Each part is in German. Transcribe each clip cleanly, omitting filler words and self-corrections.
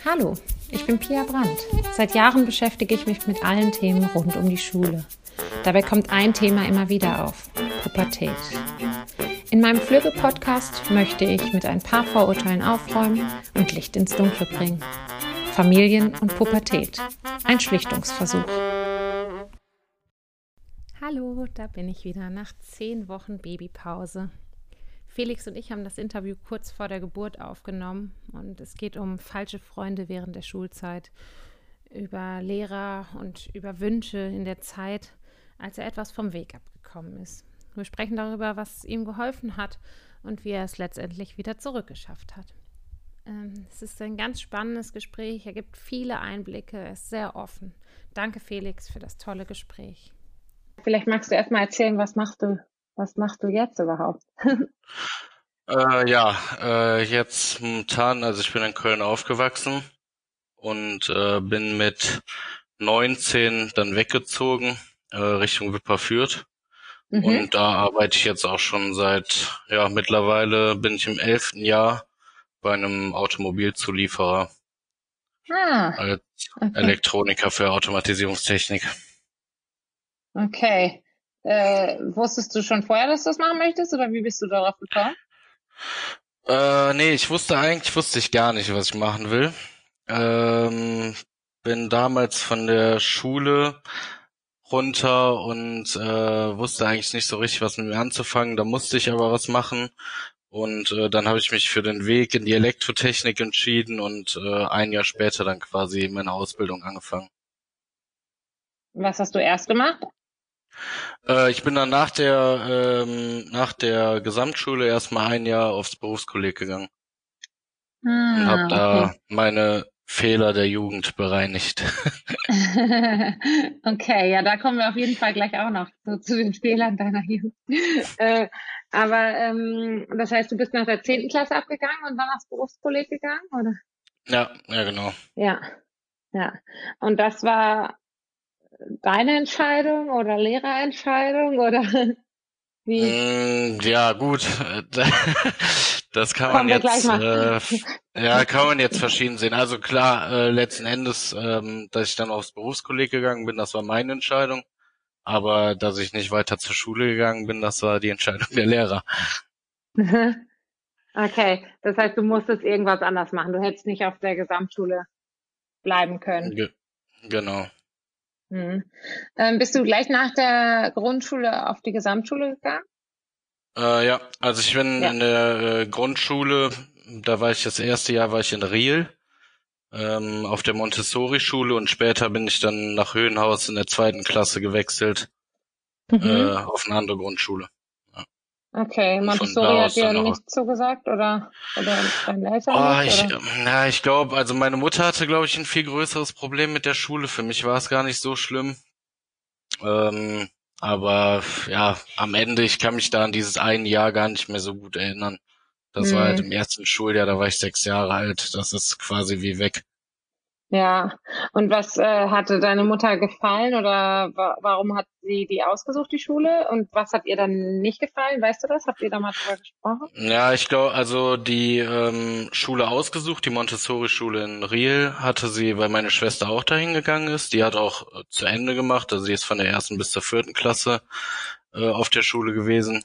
Hallo, ich bin Pia Brandt. Seit Jahren beschäftige ich mich mit allen Themen rund um die Schule. Dabei kommt ein Thema immer wieder auf: Pubertät. In meinem Flügge-Podcast möchte ich mit ein paar Vorurteilen aufräumen und Licht ins Dunkle bringen. Familien und Pubertät. Ein Schlichtungsversuch. Hallo, da bin ich wieder nach 10 Wochen Babypause. Felix und ich haben das Interview kurz vor der Geburt aufgenommen und es geht um falsche Freunde während der Schulzeit, über Lehrer und über Wünsche in der Zeit, als er etwas vom Weg abgekommen ist. Wir sprechen darüber, was ihm geholfen hat und wie er es letztendlich wieder zurückgeschafft hat. Es ist ein ganz spannendes Gespräch, er gibt viele Einblicke, er ist sehr offen. Danke, Felix, für das tolle Gespräch. Vielleicht magst du erst mal erzählen, was machst du jetzt überhaupt? Jetzt momentan, also ich bin in Köln aufgewachsen und bin mit 19 dann weggezogen, Richtung Wipperfürth. Und da arbeite ich jetzt auch schon mittlerweile bin ich im 11. Jahr bei einem Automobilzulieferer als Okay. Elektroniker für Automatisierungstechnik. Okay. Wusstest du schon vorher, dass du das machen möchtest, oder wie bist du darauf gekommen? Nee, wusste ich gar nicht, was ich machen will. Bin damals von der Schule runter und wusste eigentlich nicht so richtig, was mit mir anzufangen. Da musste ich aber was machen. Und dann habe ich mich für den Weg in die Elektrotechnik entschieden und ein Jahr später dann quasi meine Ausbildung angefangen. Was hast du erst gemacht? Ich bin dann nach der Gesamtschule erstmal ein Jahr aufs Berufskolleg gegangen und habe da meine Fehler der Jugend bereinigt. Okay, ja, da kommen wir auf jeden Fall gleich auch noch zu den Fehlern deiner Jugend. Das heißt, du bist nach der 10. Klasse abgegangen und dann aufs Berufskolleg gegangen, oder? Ja, genau. Ja. Und das war deine Entscheidung oder Lehrerentscheidung oder wie? Ja, gut. Das kann Kommen man wir gleich jetzt, mal. kann man jetzt verschieden sehen. Also klar, letzten Endes, dass ich dann aufs Berufskolleg gegangen bin, das war meine Entscheidung. Aber dass ich nicht weiter zur Schule gegangen bin, das war die Entscheidung der Lehrer. Okay, das heißt, du musstest irgendwas anders machen. Du hättest nicht auf der Gesamtschule bleiben können. Genau. Bist du gleich nach der Grundschule auf die Gesamtschule gegangen? Ja, also ich bin in der Grundschule, das erste Jahr war ich in Riel, auf der Montessori-Schule, und später bin ich dann nach Höhenhaus in der 2. Klasse gewechselt, auf eine andere Grundschule. Ja. Okay, Und Montessori hat dir nicht zugesagt oder deinen Eltern nicht? Ich glaube, also meine Mutter hatte, glaube ich, ein viel größeres Problem mit der Schule. Für mich war es gar nicht so schlimm. Aber ja, am Ende, ich kann mich da an dieses eine Jahr gar nicht mehr so gut erinnern. Das war halt im ersten Schuljahr, da war ich 6 Jahre alt. Das ist quasi wie weg. Ja, und was hatte deine Mutter gefallen oder warum hat sie die ausgesucht, die Schule? Und was hat ihr dann nicht gefallen? Weißt du das? Habt ihr da mal drüber gesprochen? Ja, ich glaube, also die Schule ausgesucht, die Montessori-Schule in Riel, hatte sie, weil meine Schwester auch dahin gegangen ist. Die hat auch zu Ende gemacht, also sie ist von der 1. bis zur 4. Klasse auf der Schule gewesen.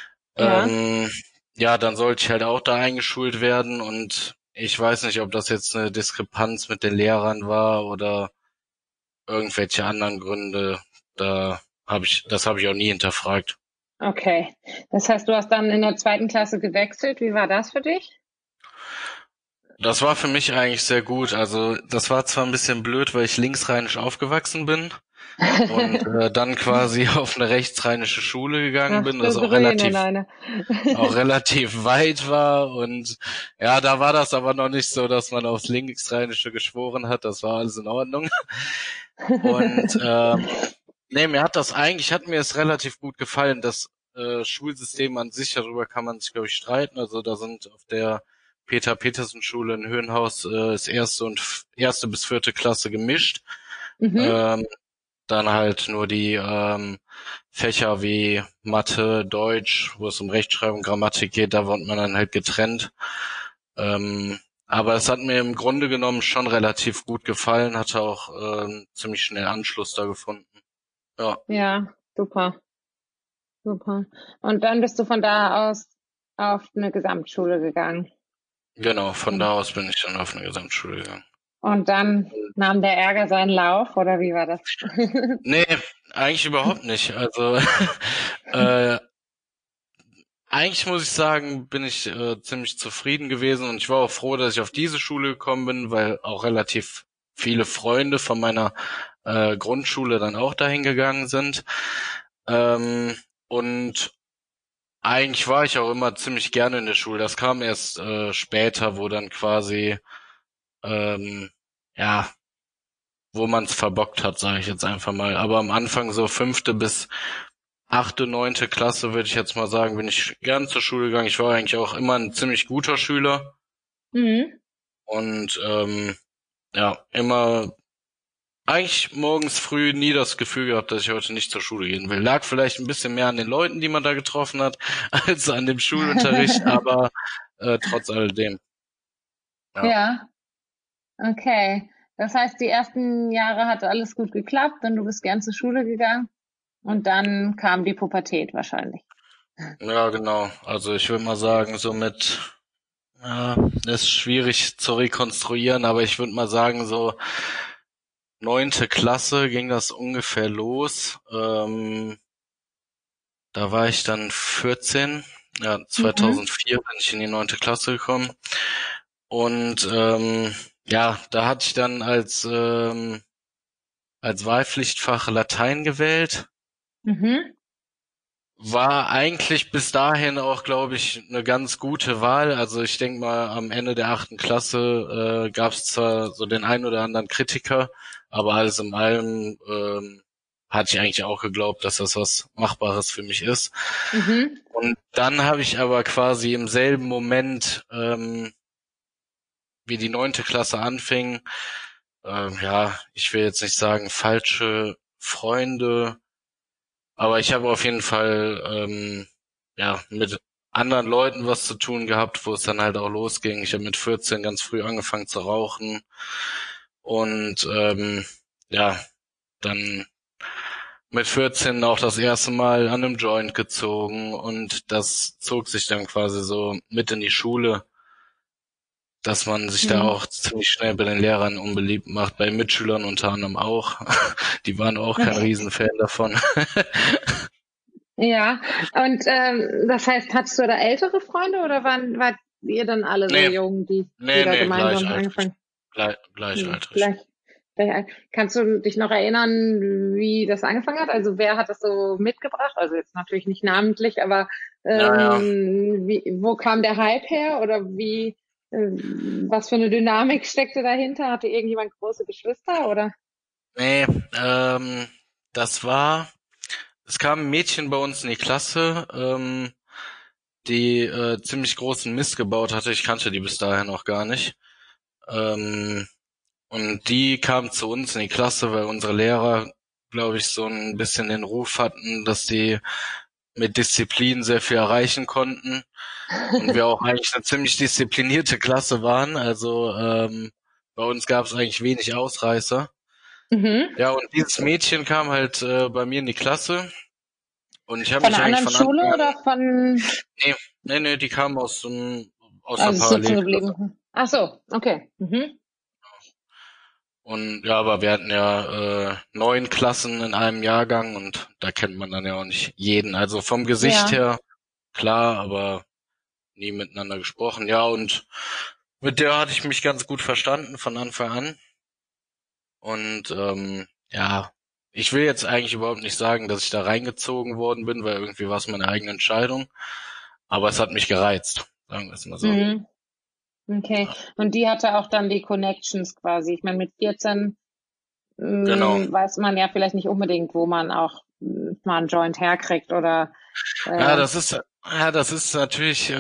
Ja. Dann sollte ich halt auch da eingeschult werden, und ich weiß nicht, ob das jetzt eine Diskrepanz mit den Lehrern war oder irgendwelche anderen Gründe. Das habe ich auch nie hinterfragt. Okay. Das heißt, du hast dann in der 2. Klasse gewechselt. Wie war das für dich? Das war für mich eigentlich sehr gut. Also das war zwar ein bisschen blöd, weil ich linksrheinisch aufgewachsen bin und dann quasi auf eine rechtsrheinische Schule gegangen bin, das auch relativ weit war, und ja, da war das aber noch nicht so, dass man aufs linksrheinische geschworen hat. Das war alles in Ordnung. Und hat mir es relativ gut gefallen. Das Schulsystem an sich, darüber kann man sich, glaube ich, streiten. Also da sind auf der Peter-Petersen-Schule in Höhenhaus ist erste bis 4. Klasse gemischt. Dann halt nur die Fächer wie Mathe, Deutsch, wo es um Rechtschreibung, Grammatik geht, da wird man dann halt getrennt. Aber es hat mir im Grunde genommen schon relativ gut gefallen, hatte auch ziemlich schnell Anschluss da gefunden. Ja, Ja, super, super. Und dann bist du von da aus auf eine Gesamtschule gegangen. genau, von Und, da aus bin ich dann auf eine Gesamtschule gegangen. und dann nahm der Ärger seinen Lauf, oder wie war das? Nee, eigentlich überhaupt nicht. Also äh, eigentlich muss ich sagen, bin ich ziemlich zufrieden gewesen und ich war auch froh, dass ich auf diese Schule gekommen bin, weil auch relativ viele Freunde von meiner Grundschule dann auch dahin gegangen sind. Ähm, und eigentlich war ich auch immer ziemlich gerne in der Schule. Das kam erst später, wo dann quasi ähm, ja, wo man es verbockt hat, sage ich jetzt einfach mal. Aber am Anfang so 5. bis 8., 9. Klasse, würde ich jetzt mal sagen, bin ich gern zur Schule gegangen. Ich war eigentlich auch immer ein ziemlich guter Schüler Mhm. und ja, immer eigentlich morgens früh nie das Gefühl gehabt, dass ich heute nicht zur Schule gehen will. Lag vielleicht ein bisschen mehr an den Leuten, die man da getroffen hat, als an dem Schulunterricht, aber trotz alledem. Ja. Ja, okay. Das heißt, die ersten Jahre hat alles gut geklappt und du bist gern zur Schule gegangen und dann kam die Pubertät wahrscheinlich. Ja, genau. Also ich würde mal sagen, so mit, ja, ist schwierig zu rekonstruieren, aber ich würde mal sagen, so 9. Klasse ging das ungefähr los. Da war ich dann 14. Ja, Mhm. 2004 bin ich in die 9. Klasse gekommen. Und ja, da hatte ich dann als Wahlpflichtfach Latein gewählt. Mhm. War eigentlich bis dahin auch, glaube ich, eine ganz gute Wahl. Also ich denke mal, am Ende der 8. Klasse gab es zwar so den einen oder anderen Kritiker, aber alles in allem hatte ich eigentlich auch geglaubt, dass das was Machbares für mich ist. Mhm. Und dann habe ich aber quasi im selben Moment, wie die 9. Klasse anfing, ja, ich will jetzt nicht sagen falsche Freunde, aber ich habe auf jeden Fall ja mit anderen Leuten was zu tun gehabt, wo es dann halt auch losging. Ich habe mit 14 ganz früh angefangen zu rauchen und ja, dann mit 14 auch das erste Mal an einem Joint gezogen und das zog sich dann quasi so mit in die Schule, dass man sich da Mhm. auch ziemlich schnell bei den Lehrern unbeliebt macht, bei Mitschülern unter anderem auch. Die waren auch kein Okay. Riesenfan davon. Ja, und das heißt, hattest du da ältere Freunde oder wart ihr dann alle so Nee, jung, die nee, da nee, gemeinsam gleichaltrig. angefangen? Gleichaltrig. Gleich, kannst du dich noch erinnern, wie das angefangen hat? Also wer hat das so mitgebracht? Also jetzt natürlich nicht namentlich, aber Naja, wo kam der Hype her oder was für eine Dynamik steckte dahinter? Hatte irgendjemand große Geschwister oder? nee, das war, es kam ein Mädchen bei uns in die Klasse, die ziemlich großen Mist gebaut hatte. Ich kannte die bis dahin noch gar nicht. Ähm, und die kam zu uns in die Klasse, weil unsere Lehrer, glaube ich, so ein bisschen den Ruf hatten, dass die mit Disziplin sehr viel erreichen konnten. Und wir auch eigentlich eine ziemlich disziplinierte Klasse waren. Also bei uns gab es eigentlich wenig Ausreißer. Mhm. Ja, und dieses Mädchen kam halt bei mir in die Klasse und ich habe Von mich einer eigentlich anderen von Anfang Schule an, oder von, nee, die kam aus einer also sitzen Parallelklasse. geblieben? Ach so, okay. Mhm. Und ja, aber wir hatten ja 9 Klassen in einem Jahrgang und da kennt man dann ja auch nicht jeden. Also vom Gesicht Ja. her klar, aber nie miteinander gesprochen. Ja, und mit der hatte ich mich ganz gut verstanden von Anfang an. Und ja, ich will jetzt eigentlich überhaupt nicht sagen, dass ich da reingezogen worden bin, weil irgendwie war es meine eigene Entscheidung. Aber es hat mich gereizt, sagen wir es mal so. Mhm. Okay. Und die hatte auch dann die Connections quasi. Ich meine, mit 14 Genau. weiß man ja vielleicht nicht unbedingt, wo man auch mal einen Joint herkriegt oder Ja, äh, das ist natürlich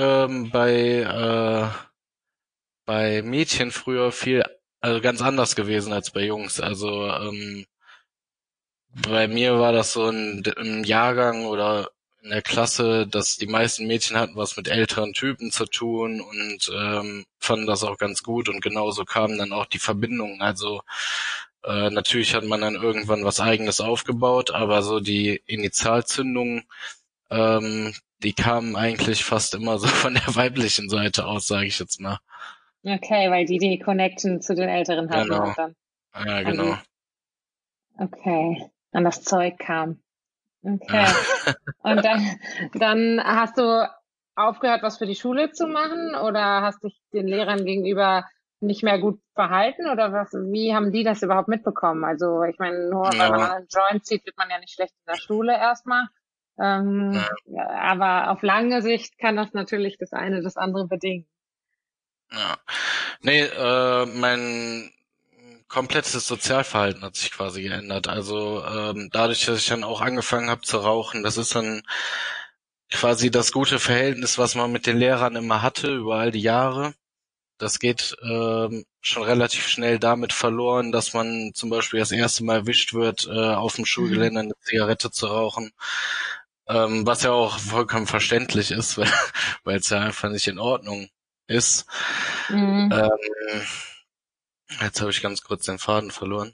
bei Mädchen früher viel, also ganz anders gewesen als bei Jungs. Also bei mir war das so im Jahrgang oder in der Klasse, dass die meisten Mädchen hatten was mit älteren Typen zu tun und fanden das auch ganz gut und genauso kamen dann auch die Verbindungen. Also natürlich hat man dann irgendwann was Eigenes aufgebaut, aber so die Initialzündung, die kamen eigentlich fast immer so von der weiblichen Seite aus, sage ich jetzt mal. Okay, weil die Connection zu den Älteren hatten Genau, und dann ja an genau. die, okay, an das Zeug kam. Ja. Okay. Und dann hast du aufgehört, was für die Schule zu machen oder hast dich den Lehrern gegenüber nicht mehr gut verhalten oder was, wie haben die das überhaupt mitbekommen? Also ich meine, nur weil man Ja, einen Joint zieht, wird man ja nicht schlecht in der Schule erstmal. ja, Ja, aber auf lange Sicht kann das natürlich das eine das andere bedingen. ja. Nee, mein komplettes Sozialverhalten hat sich quasi geändert. Also dadurch, dass ich dann auch angefangen habe zu rauchen, das ist dann quasi das gute Verhältnis, was man mit den Lehrern immer hatte über all die Jahre. Das geht schon relativ schnell damit verloren, dass man zum Beispiel das erste Mal erwischt wird, auf dem Schulgelände eine Zigarette zu rauchen. Was ja auch vollkommen verständlich ist, weil es ja einfach nicht in Ordnung ist. Mhm. Ähm, Jetzt habe ich ganz kurz den Faden verloren.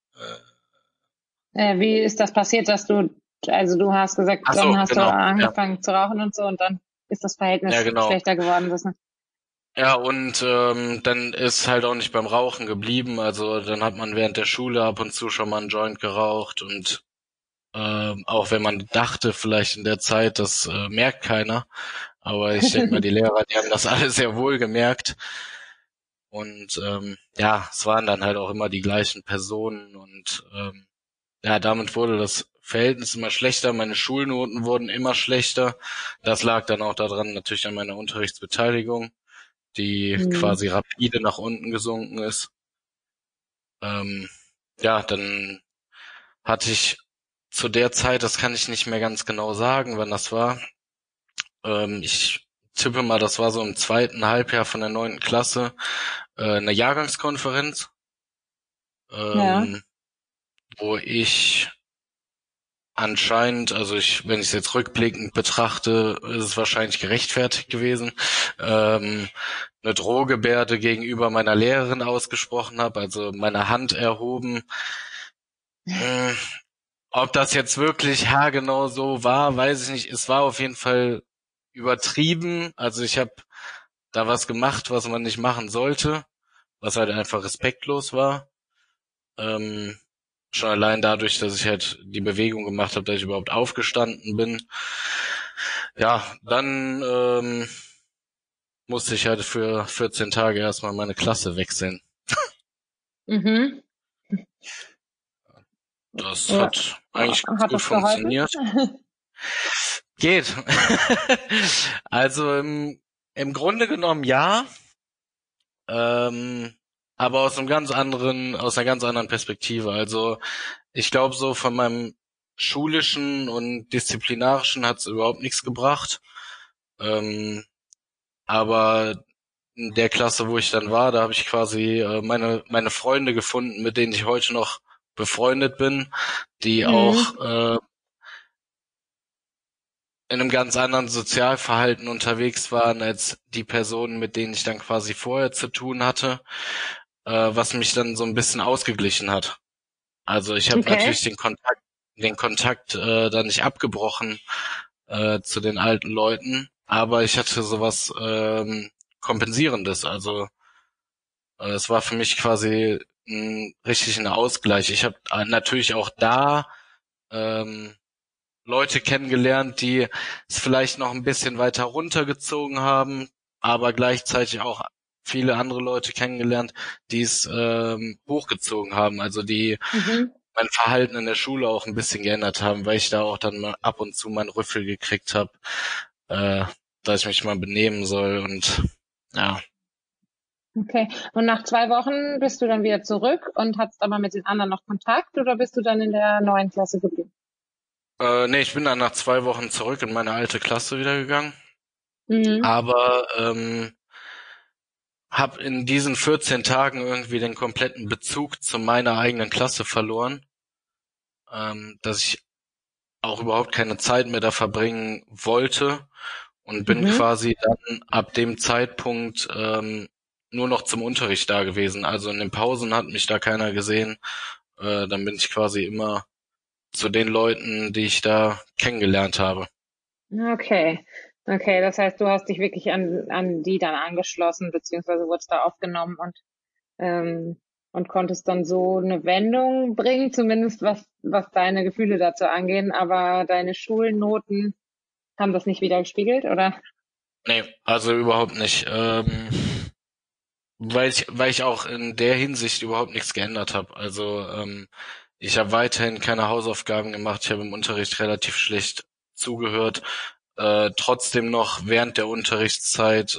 Wie ist das passiert, dass also du hast gesagt, Ach dann so, hast du genau. Ja, angefangen zu rauchen und so und dann ist das ja, Verhältnis genau. schlechter geworden. Das, Ja, und dann ist halt auch nicht beim Rauchen geblieben. Also dann hat man während der Schule ab und zu schon mal einen Joint geraucht und auch wenn man dachte, vielleicht in der Zeit, das merkt keiner. Aber ich denke mal, die Lehrer, die haben das alle sehr wohl gemerkt. Und ja, es waren dann halt auch immer die gleichen Personen und ja, damit wurde das Verhältnis immer schlechter, meine Schulnoten wurden immer schlechter. Das lag dann auch daran, natürlich an meiner Unterrichtsbeteiligung, die Mhm. quasi rapide nach unten gesunken ist. Ähm, ja, dann hatte ich zu der Zeit, das kann ich nicht mehr ganz genau sagen, wann das war. Ich tippe mal, das war so im zweiten Halbjahr von der 9. Klasse, eine Jahrgangskonferenz, Ja. ähm, wo ich anscheinend, also wenn ich es jetzt rückblickend betrachte, ist es wahrscheinlich gerechtfertigt gewesen, eine Drohgebärde gegenüber meiner Lehrerin ausgesprochen habe, also meine Hand erhoben. Hm, Ob das jetzt wirklich haargenau so war, weiß ich nicht. Es war auf jeden Fall übertrieben. Also ich habe da was gemacht, was man nicht machen sollte, was halt einfach respektlos war. Ähm, Schon allein dadurch, dass ich halt die Bewegung gemacht habe, dass ich überhaupt aufgestanden bin. Ja, dann musste ich halt für 14 Tage erstmal meine Klasse wechseln. Mhm. Das Ja. hat eigentlich ganz Hat gut das geholfen? funktioniert. Geht. Also im Grunde genommen ja, ähm, aber aus einer ganz anderen Perspektive. Also ich glaube, so von meinem schulischen und disziplinarischen hat es überhaupt nichts gebracht. Ähm, aber in der Klasse, wo ich dann war, da habe ich quasi meine Freunde gefunden, mit denen ich heute noch befreundet bin, die auch Mhm. in einem ganz anderen Sozialverhalten unterwegs waren als die Personen, mit denen ich dann quasi vorher zu tun hatte, was mich dann so ein bisschen ausgeglichen hat. Also ich habe Okay. natürlich den Kontakt dann nicht abgebrochen zu den alten Leuten, aber ich hatte sowas Kompensierendes. Also es war für mich quasi richtig ein Ausgleich. Ich habe natürlich auch da ähm, Leute kennengelernt, die es vielleicht noch ein bisschen weiter runtergezogen haben, aber gleichzeitig auch viele andere Leute kennengelernt, die es hochgezogen haben, also die Mhm. mein Verhalten in der Schule auch ein bisschen geändert haben, weil ich da auch dann mal ab und zu meinen Rüffel gekriegt habe, äh, dass ich mich mal benehmen soll und ja. Okay. Und nach 2 Wochen bist du dann wieder zurück und hattest aber mit den anderen noch Kontakt oder bist du dann in der neuen Klasse geblieben? Nee, ich bin dann nach 2 Wochen zurück in meine alte Klasse wieder gegangen, Mhm. aber habe in diesen 14 Tagen irgendwie den kompletten Bezug zu meiner eigenen Klasse verloren, dass ich auch überhaupt keine Zeit mehr da verbringen wollte und bin Mhm. quasi dann ab dem Zeitpunkt nur noch zum Unterricht da gewesen. Also in den Pausen hat mich da keiner gesehen. Dann bin ich quasi immer zu den Leuten, die ich da kennengelernt habe. Okay. Okay, das heißt, du hast dich wirklich an die dann angeschlossen, beziehungsweise wurdest da aufgenommen ähm, und konntest dann so eine Wendung bringen, zumindest was deine Gefühle dazu angehen, aber deine Schulnoten haben das nicht widergespiegelt, oder? Nee, also überhaupt nicht. Weil ich auch in der Hinsicht überhaupt nichts geändert habe. Also ich habe weiterhin keine Hausaufgaben gemacht, ich habe im Unterricht relativ schlecht zugehört, trotzdem noch während der Unterrichtszeit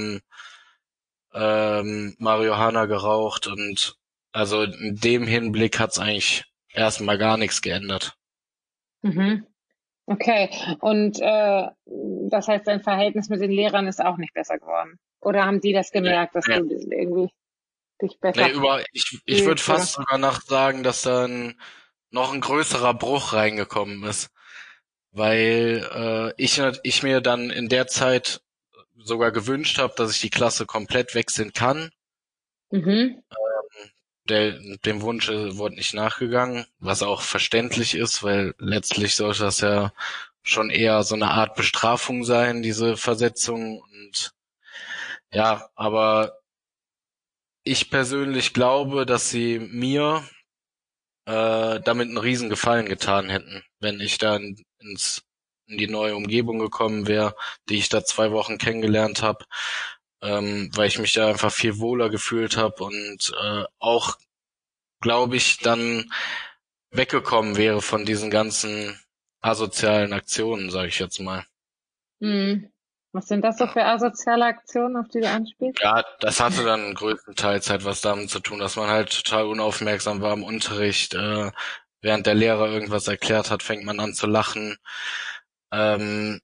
Marihuana geraucht und also in dem Hinblick hat's eigentlich erstmal gar nichts geändert. Mhm. Okay. Und das heißt, dein Verhältnis mit den Lehrern ist auch nicht besser geworden? Oder haben die das Nee, gemerkt, dass nee, du dich nee, besser ich würde fühlst, oder? fast sogar noch sagen, dass da noch ein größerer Bruch reingekommen ist. Weil ich mir dann in der Zeit sogar gewünscht habe, dass ich die Klasse komplett wechseln kann. Mhm. Dem Wunsch wurde nicht nachgegangen, was auch verständlich ist, weil letztlich sollte das ja schon eher so eine Art Bestrafung sein, diese Versetzung. Und ja, aber ich persönlich glaube, dass sie mir damit einen riesen Gefallen getan hätten, wenn ich dann in die neue Umgebung gekommen wäre, die ich da 2 Wochen kennengelernt habe, weil ich mich da einfach viel wohler gefühlt habe und auch, glaube ich, dann weggekommen wäre von diesen ganzen asozialen Aktionen, sage ich jetzt mal. Mhm. Was sind das so für asoziale Aktionen, auf die du anspielst? Ja, das hatte dann größtenteils halt was damit zu tun, dass man halt total unaufmerksam war im Unterricht. Während der Lehrer irgendwas erklärt hat, fängt man an zu lachen. Ähm,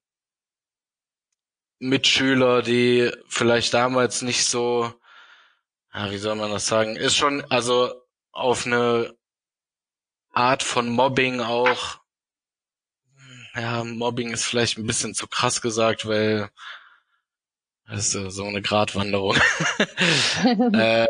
Mitschüler, die vielleicht damals nicht so, ja, wie soll man das sagen, ist schon, also auf eine Art von Mobbing auch, ja, Mobbing ist vielleicht ein bisschen zu krass gesagt, weil das ist so eine Gratwanderung. äh,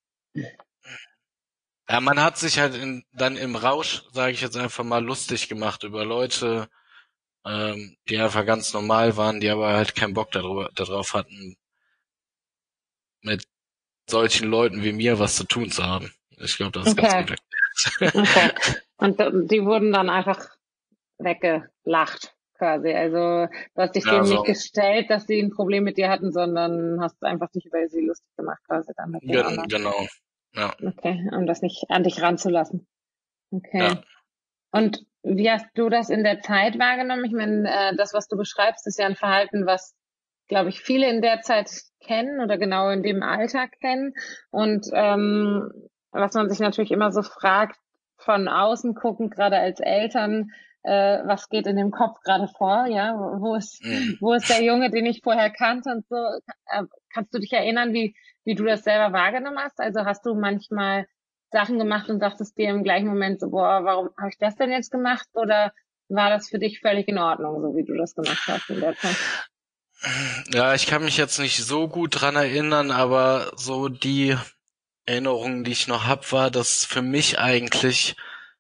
ja, man hat sich halt dann im Rausch, sage ich jetzt einfach mal, lustig gemacht über Leute, die einfach ganz normal waren, die aber halt keinen Bock darauf hatten, mit solchen Leuten wie mir was zu tun zu haben. Ich glaube, das ist ganz Okay, gut erklärt. okay. Und die wurden dann einfach weggelacht, quasi. Also du hast dich Ja, denen nicht so, gestellt, dass sie ein Problem mit dir hatten, sondern hast einfach dich über sie lustig gemacht, quasi dann mit den anderen. genau. Ja, Okay, um das nicht an dich ranzulassen. ja. Okay. Und wie hast du das in der Zeit wahrgenommen? Ich meine, das, was du beschreibst, ist ja ein Verhalten, was, glaube ich, viele in der Zeit kennen oder genau in dem Alter kennen. Und was man sich natürlich immer so fragt, von außen guckend, gerade als Eltern, was geht in dem Kopf gerade vor? Ja, Mhm. wo ist der Junge, den ich vorher kannte und so? Kannst du dich erinnern, wie du das selber wahrgenommen hast? Also hast du manchmal Sachen gemacht und dachtest dir im gleichen Moment so, boah, warum habe ich das denn jetzt gemacht? Oder war das für dich völlig in Ordnung, so wie du das gemacht hast in der Zeit? Ja, ich kann mich jetzt nicht so gut dran erinnern, aber so die Erinnerung, die ich noch hab, war, dass für mich eigentlich,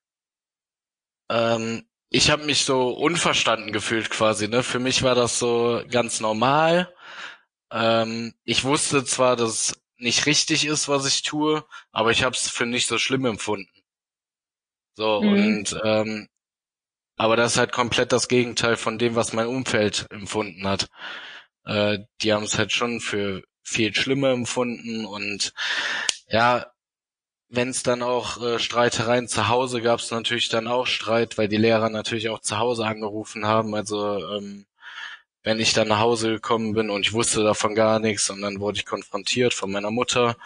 ich habe mich so unverstanden gefühlt quasi, ne? Für mich war das so ganz normal. Ich wusste zwar, dass es nicht richtig ist, was ich tue, aber ich habe es für nicht so schlimm empfunden. So, Mhm. und aber das ist halt komplett das Gegenteil von dem, was mein Umfeld empfunden hat. Die haben es halt schon für viel schlimmer empfunden und ja, wenn es dann auch Streitereien zu Hause gab, es natürlich dann auch Streit, weil die Lehrer natürlich auch zu Hause angerufen haben. Also wenn ich dann nach Hause gekommen bin und ich wusste davon gar nichts und dann wurde ich konfrontiert von meiner Mutter,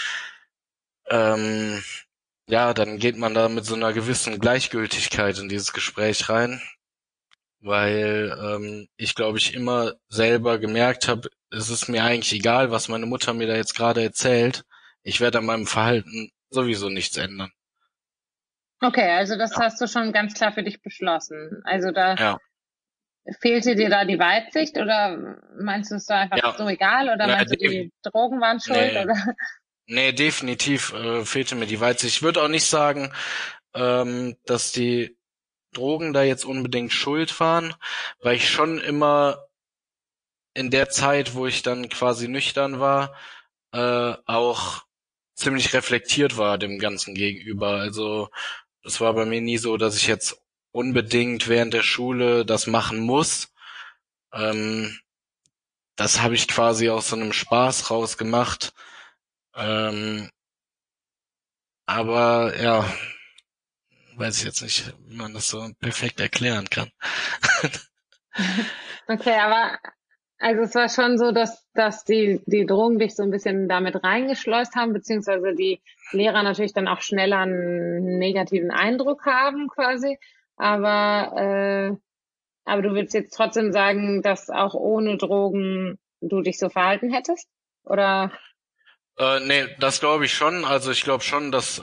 ähm, ja, dann geht man da mit so einer gewissen Gleichgültigkeit in dieses Gespräch rein, weil ich glaube ich immer selber gemerkt habe, es ist mir eigentlich egal, was meine Mutter mir da jetzt gerade erzählt. Ich werde an meinem Verhalten sowieso nichts ändern. Okay, also das Ja, hast du schon ganz klar für dich beschlossen. Also da ja, fehlte dir da die Weitsicht oder meinst du, es war einfach ja. so egal oder Na, meinst du, die Drogen waren schuld nee, oder? nee, definitiv fehlte mir die Weitsicht. Ich würde auch nicht sagen, dass die Drogen da jetzt unbedingt schuld waren, weil ich schon immer in der Zeit, wo ich dann quasi nüchtern war, auch ziemlich reflektiert war dem Ganzen gegenüber. Also das war bei mir nie so, dass ich jetzt unbedingt während der Schule das machen muss. Ähm, Das habe ich quasi aus so einem Spaß rausgemacht. Ähm, aber ja, weiß ich jetzt nicht, wie man das so perfekt erklären kann. Okay, aber also es war schon so, dass die Drogen dich so ein bisschen damit reingeschleust haben, beziehungsweise die Lehrer natürlich dann auch schneller einen negativen Eindruck haben quasi. Aber aber du willst jetzt trotzdem sagen, dass auch ohne Drogen du dich so verhalten hättest? Oder? Nee, das glaube ich schon. Also ich glaube schon, dass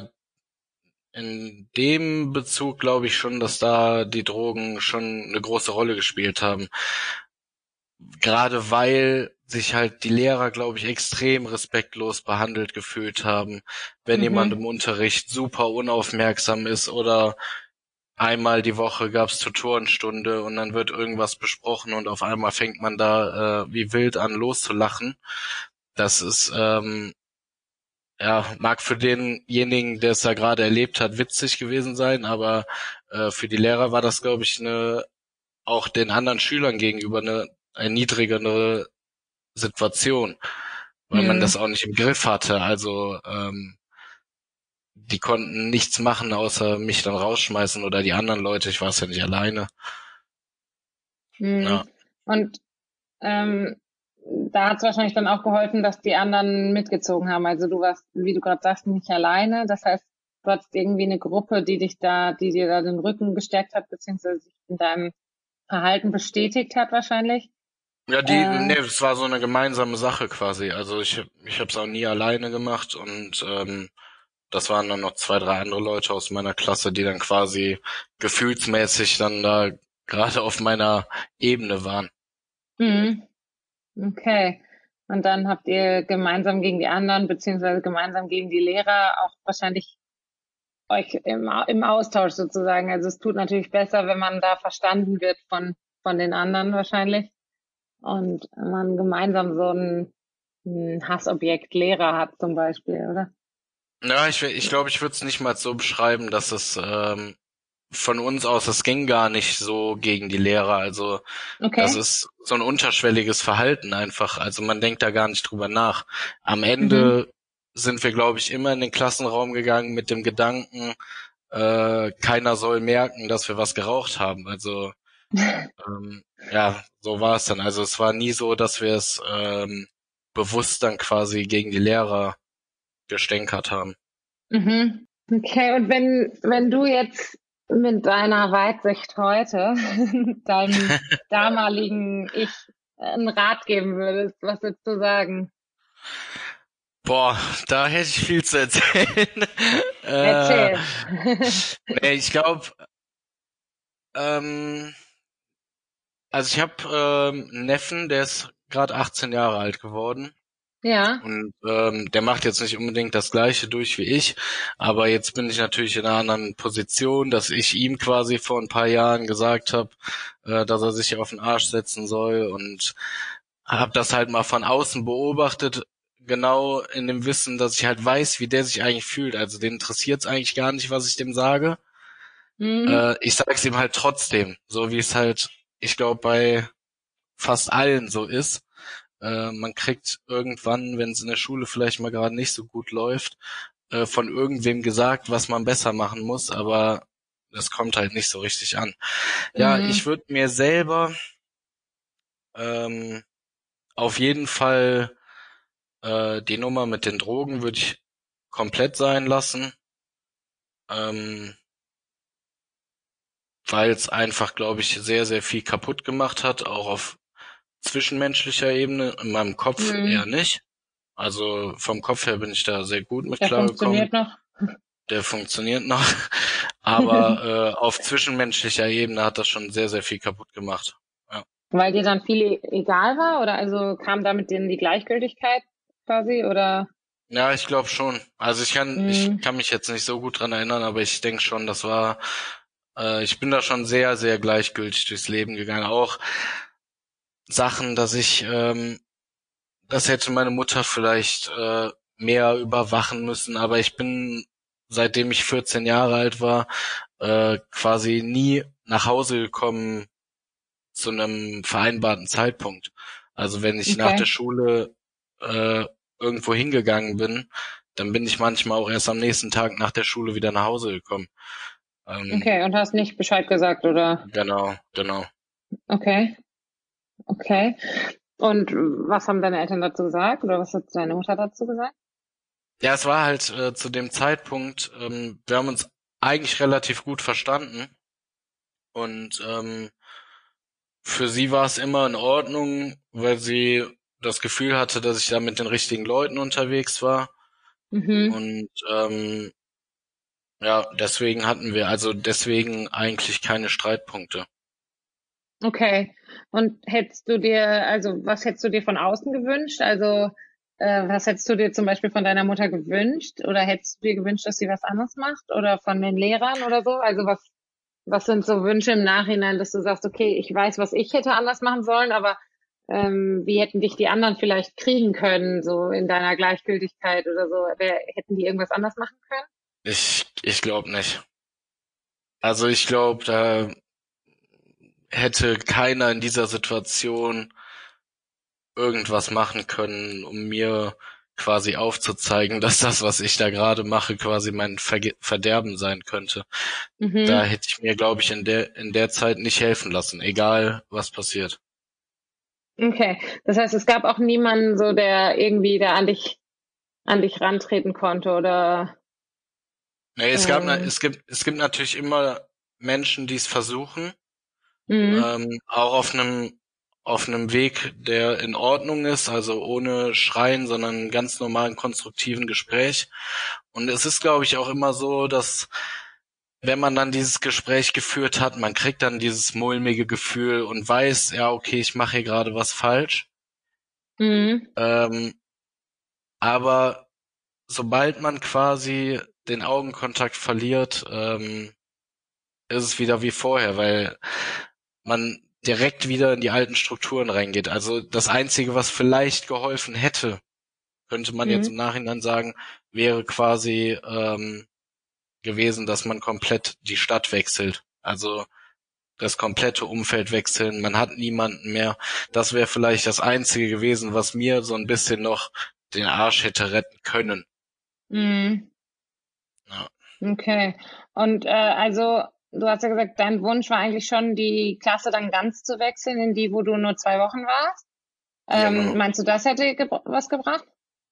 in dem Bezug glaube ich schon, dass da die Drogen schon eine große Rolle gespielt haben. Gerade weil sich halt die Lehrer, glaube ich, extrem respektlos behandelt gefühlt haben, wenn jemand Mhm. im Unterricht super unaufmerksam ist oder einmal die Woche gab's Tutorenstunde und dann wird irgendwas besprochen und auf einmal fängt man da wie wild an loszulachen. Das ist ja, mag für denjenigen, der es da gerade erlebt hat, witzig gewesen sein, aber für die Lehrer war das, glaube ich, auch den anderen Schülern gegenüber eine erniedrigende Situation, weil man das Mhm. auch nicht im Griff hatte. Also die konnten nichts machen, außer mich dann rausschmeißen oder die anderen Leute. Ich war es ja nicht alleine. Ja, Mhm. Und ähm, da hat es wahrscheinlich dann auch geholfen, dass die anderen mitgezogen haben. Also du warst, wie du gerade sagst, nicht alleine. Das heißt, du hattest irgendwie eine Gruppe, die dir da den Rücken gestärkt hat, beziehungsweise sich in deinem Verhalten bestätigt hat wahrscheinlich. ja, Äh, nee, es war so eine gemeinsame Sache quasi. Also ich habe es auch nie alleine gemacht und das waren dann noch zwei, drei andere Leute aus meiner Klasse, die dann quasi gefühlsmäßig dann da gerade auf meiner Ebene waren. mhm. Okay. Und dann habt ihr gemeinsam gegen die anderen, beziehungsweise gemeinsam gegen die Lehrer auch wahrscheinlich euch im Austausch sozusagen. Also es tut natürlich besser, wenn man da verstanden wird von den anderen wahrscheinlich und man gemeinsam so ein Hassobjekt Lehrer hat zum Beispiel, oder? Ja, ich glaube, ich würde es nicht mal so beschreiben, dass es von uns aus, das ging gar nicht so gegen die Lehrer. Also das Okay. ist so ein unterschwelliges Verhalten einfach. Also man denkt da gar nicht drüber nach. Am Mhm. Ende sind wir, glaube ich, immer in den Klassenraum gegangen mit dem Gedanken, keiner soll merken, dass wir was geraucht haben. Also ja, so war es dann. Also es war nie so, dass wir es bewusst dann quasi gegen die Lehrer gestänkert haben. Mhm. Okay, und wenn du jetzt mit deiner Weitsicht heute deinem damaligen Ich einen Rat geben würdest, was würdest du sagen? Boah, da hätte ich viel zu erzählen. äh, Erzähl. nee, ich glaube, ähm, also ich habe einen Neffen, der ist gerade 18 Jahre alt geworden. Ja. Und der macht jetzt nicht unbedingt das Gleiche durch wie ich, aber jetzt bin ich natürlich in einer anderen Position, dass ich ihm quasi vor ein paar Jahren gesagt habe, dass er sich auf den Arsch setzen soll und habe das halt mal von außen beobachtet, genau in dem Wissen, dass ich halt weiß, wie der sich eigentlich fühlt. Also den interessiert es eigentlich gar nicht, was ich dem sage. Mhm. Ich sag's ihm halt trotzdem, so wie es halt, ich glaube, bei fast allen so ist. Man kriegt irgendwann, wenn es in der Schule vielleicht mal gerade nicht so gut läuft, von irgendwem gesagt, was man besser machen muss, aber das kommt halt nicht so richtig an. Ja, ich Mhm. würde mir selber ähm, auf jeden Fall die Nummer mit den Drogen würde ich komplett sein lassen, ähm, weil es einfach, glaube ich, sehr, sehr viel kaputt gemacht hat, auch auf zwischenmenschlicher Ebene, in meinem Kopf eher Mhm. nicht. Also vom Kopf her bin ich da sehr gut mit Der klargekommen. funktioniert noch. der funktioniert noch. Aber auf zwischenmenschlicher Ebene hat das schon sehr, sehr viel kaputt gemacht. Ja. Weil dir dann viel egal war? Oder also kam damit denen die Gleichgültigkeit quasi? Oder? Ja, ich glaube schon. Also ich Mhm. kann mich jetzt nicht so gut dran erinnern, aber ich denke schon, ich bin da schon sehr, sehr gleichgültig durchs Leben gegangen. Auch Sachen, das hätte meine Mutter vielleicht mehr überwachen müssen, aber ich bin, seitdem ich 14 Jahre alt war, quasi nie nach Hause gekommen zu einem vereinbarten Zeitpunkt. Also wenn ich nach der Okay. Schule äh, irgendwo hingegangen bin, dann bin ich manchmal auch erst am nächsten Tag nach der Schule wieder nach Hause gekommen. Ähm, Okay. Und hast nicht Bescheid gesagt, oder? genau, genau. Okay. Okay. Und was haben deine Eltern dazu gesagt? Oder was hat deine Mutter dazu gesagt? Ja, es war halt zu dem Zeitpunkt, wir haben uns eigentlich relativ gut verstanden und für sie war es immer in Ordnung, weil sie das Gefühl hatte, dass ich da mit den richtigen Leuten unterwegs war Mhm. und ja, deswegen eigentlich keine Streitpunkte. Okay. Und was hättest du dir von außen gewünscht? Also, was hättest du dir zum Beispiel von deiner Mutter gewünscht? Oder hättest du dir gewünscht, dass sie was anderes macht? Oder von den Lehrern oder so? Also, was sind so Wünsche im Nachhinein, dass du sagst, okay, ich weiß, was ich hätte anders machen sollen, aber wie hätten dich die anderen vielleicht kriegen können, so in deiner Gleichgültigkeit oder so? Hätten die irgendwas anders machen können? Ich glaube nicht. Also ich glaube, da hätte keiner in dieser Situation irgendwas machen können, um mir quasi aufzuzeigen, dass das, was ich da gerade mache, quasi mein Verderben sein könnte. Da Mhm. hätte ich mir, glaube ich, in der Zeit nicht helfen lassen, egal was passiert. Okay. Das heißt, es gab auch niemanden so, der irgendwie da an dich rantreten konnte oder Nee, ähm, es gibt natürlich immer Menschen, die es versuchen, mhm. auch auf einem Weg, der in Ordnung ist, also ohne Schreien, sondern einen ganz normalen, konstruktiven Gespräch. Und es ist, glaube ich, auch immer so, dass wenn man dann dieses Gespräch geführt hat, man kriegt dann dieses mulmige Gefühl und weiß, ja, okay, ich mache hier gerade was falsch. Mhm. Ähm, aber sobald man quasi den Augenkontakt verliert, ist es wieder wie vorher, weil man direkt wieder in die alten Strukturen reingeht. Also das Einzige, was vielleicht geholfen hätte, könnte man jetzt im Mhm. Nachhinein sagen, wäre quasi gewesen, dass man komplett die Stadt wechselt. Also das komplette Umfeld wechseln, man hat niemanden mehr. Das wäre vielleicht das Einzige gewesen, was mir so ein bisschen noch den Arsch hätte retten können. Mhm. Ja, Okay. Und also, du hast ja gesagt, dein Wunsch war eigentlich schon, die Klasse dann ganz zu wechseln, in die, wo du nur 2 Wochen warst. genau. Meinst du, das hätte was gebracht?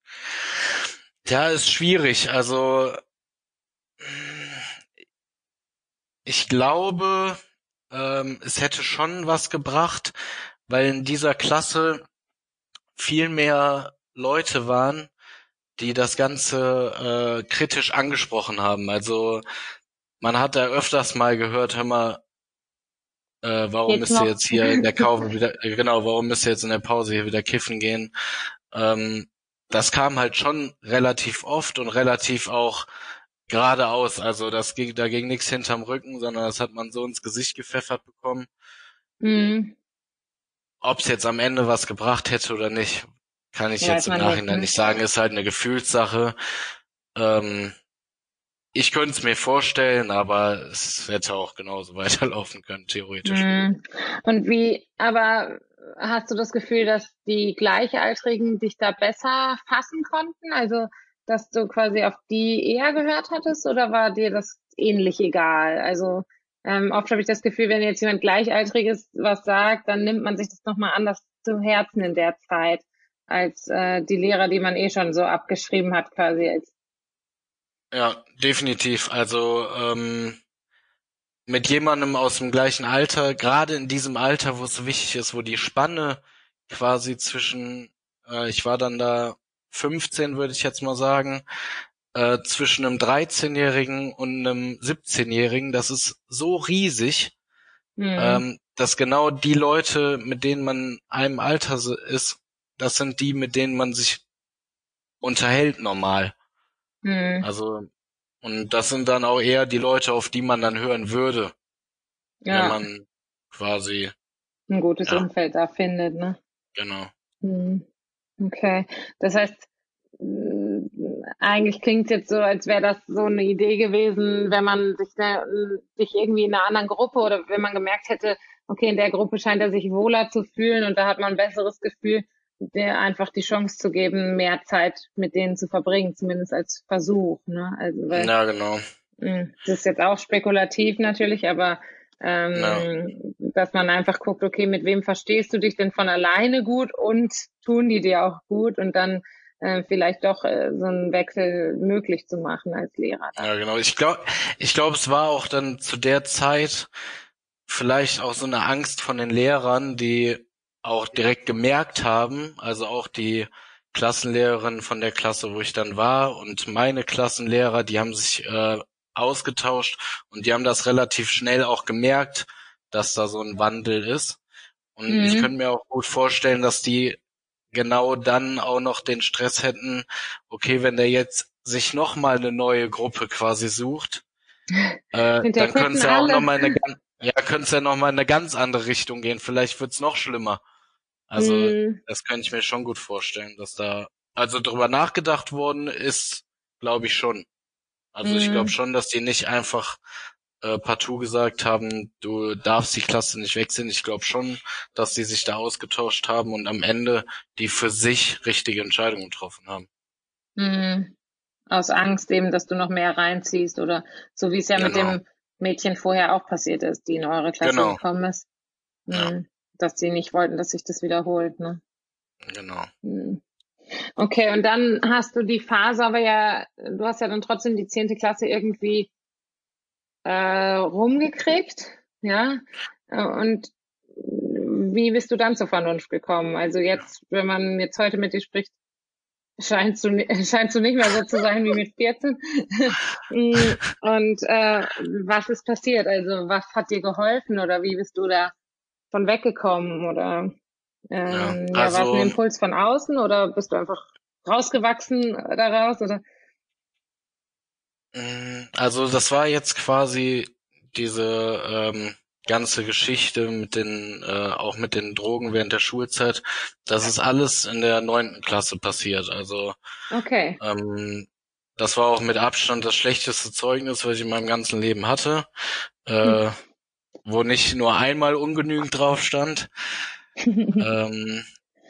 Ja, ist schwierig. Also ich glaube, es hätte schon was gebracht, weil in dieser Klasse viel mehr Leute waren, die das Ganze kritisch angesprochen haben. Also man hat da öfters mal gehört, hör mal, warum Jetzt müsst ihr noch. jetzt hier in der Kaufe wieder, genau, warum müsst ihr jetzt in der Pause hier wieder kiffen gehen? Ähm, Das kam halt schon relativ oft und relativ auch geradeaus. Also da ging nichts hinterm Rücken, sondern das hat man so ins Gesicht gepfeffert bekommen. Mhm. Ob es jetzt am Ende was gebracht hätte oder nicht, kann ich jetzt Weiß im man nicht, Nachhinein ne? nicht sagen. Ist halt eine Gefühlssache. Ähm, Ich könnte es mir vorstellen, aber es hätte auch genauso weiterlaufen können, theoretisch. Mhm. Und aber hast du das Gefühl, dass die Gleichaltrigen dich da besser fassen konnten? Also, dass du quasi auf die eher gehört hattest oder war dir das ähnlich egal? Also, oft habe ich das Gefühl, wenn jetzt jemand Gleichaltriges was sagt, dann nimmt man sich das nochmal anders zu Herzen in der Zeit, als die Lehrer, die man eh schon so abgeschrieben hat, quasi als. Ja, definitiv. Also mit jemandem aus dem gleichen Alter, gerade in diesem Alter, wo es so wichtig ist, wo die Spanne quasi ich war dann da 15, würde ich jetzt mal sagen, zwischen einem 13-Jährigen und einem 17-Jährigen, das ist so riesig, dass genau die Leute, mit denen man einem Alter ist, das sind die, mit denen man sich unterhält normal. Also, und das sind dann auch eher die Leute, auf die man dann hören würde, wenn Ja, man quasi, ein gutes ja, Umfeld da findet, ne? genau. Okay. Das heißt, eigentlich klingt es jetzt so, als wäre das so eine Idee gewesen, wenn man sich irgendwie in einer anderen Gruppe oder wenn man gemerkt hätte, okay, in der Gruppe scheint er sich wohler zu fühlen und da hat man ein besseres Gefühl, der einfach die Chance zu geben, mehr Zeit mit denen zu verbringen, zumindest als Versuch, ne? Also, weil Ja, genau. das ist jetzt auch spekulativ natürlich, aber Ja, dass man einfach guckt, okay, mit wem verstehst du dich denn von alleine gut und tun die dir auch gut und dann vielleicht doch so einen Wechsel möglich zu machen als Lehrer dann. ja, genau. Ich glaube, es war auch dann zu der Zeit vielleicht auch so eine Angst von den Lehrern, die auch direkt gemerkt haben, also auch die Klassenlehrerin von der Klasse, wo ich dann war, und meine Klassenlehrer, die haben sich ausgetauscht und die haben das relativ schnell auch gemerkt, dass da so ein Wandel ist. Und ich könnte Mhm. mir auch gut vorstellen, dass die genau dann auch noch den Stress hätten, okay, wenn der jetzt sich noch mal eine neue Gruppe quasi sucht, Hinterher dann könnte quitten es ja auch noch alle. mal könnte es ja noch mal in eine ganz andere Richtung gehen. Vielleicht wird's noch schlimmer. Also, Mhm. das könnte ich mir schon gut vorstellen, dass da also drüber nachgedacht worden ist, glaube ich schon. Also ich glaube Mhm. schon, dass die nicht einfach partout gesagt haben, du darfst die Klasse nicht wechseln. Ich glaube schon, dass die sich da ausgetauscht haben und am Ende die für sich richtige Entscheidung getroffen haben. Mhm. Aus Angst eben, dass du noch mehr reinziehst oder so wie es ja mit Genau, dem Mädchen vorher auch passiert ist, die in eure Klasse genau, gekommen ist. ja, Dass sie nicht wollten, dass sich das wiederholt, ne? genau. Mhm. Okay, und dann hast du die Phase, aber ja, du hast ja dann trotzdem die 10. Klasse irgendwie rumgekriegt, ja. Und wie bist du dann zur Vernunft gekommen? Also jetzt, wenn man jetzt heute mit dir spricht, scheinst du nicht mehr so zu sein wie mit 14. Und was ist passiert? Also was hat dir geholfen oder wie bist du da von weggekommen? Oder Ja, ja, war es ein also Impuls von außen oder bist du einfach rausgewachsen daraus? Oder? Also das war jetzt quasi diese ganze Geschichte mit den auch mit den Drogen während der Schulzeit. Das ist alles in der 9. Klasse passiert. Also Okay. ähm, das war auch mit Abstand das schlechteste Zeugnis, was ich in meinem ganzen Leben hatte, Hm. äh, wo nicht nur einmal ungenügend drauf stand. Ähm,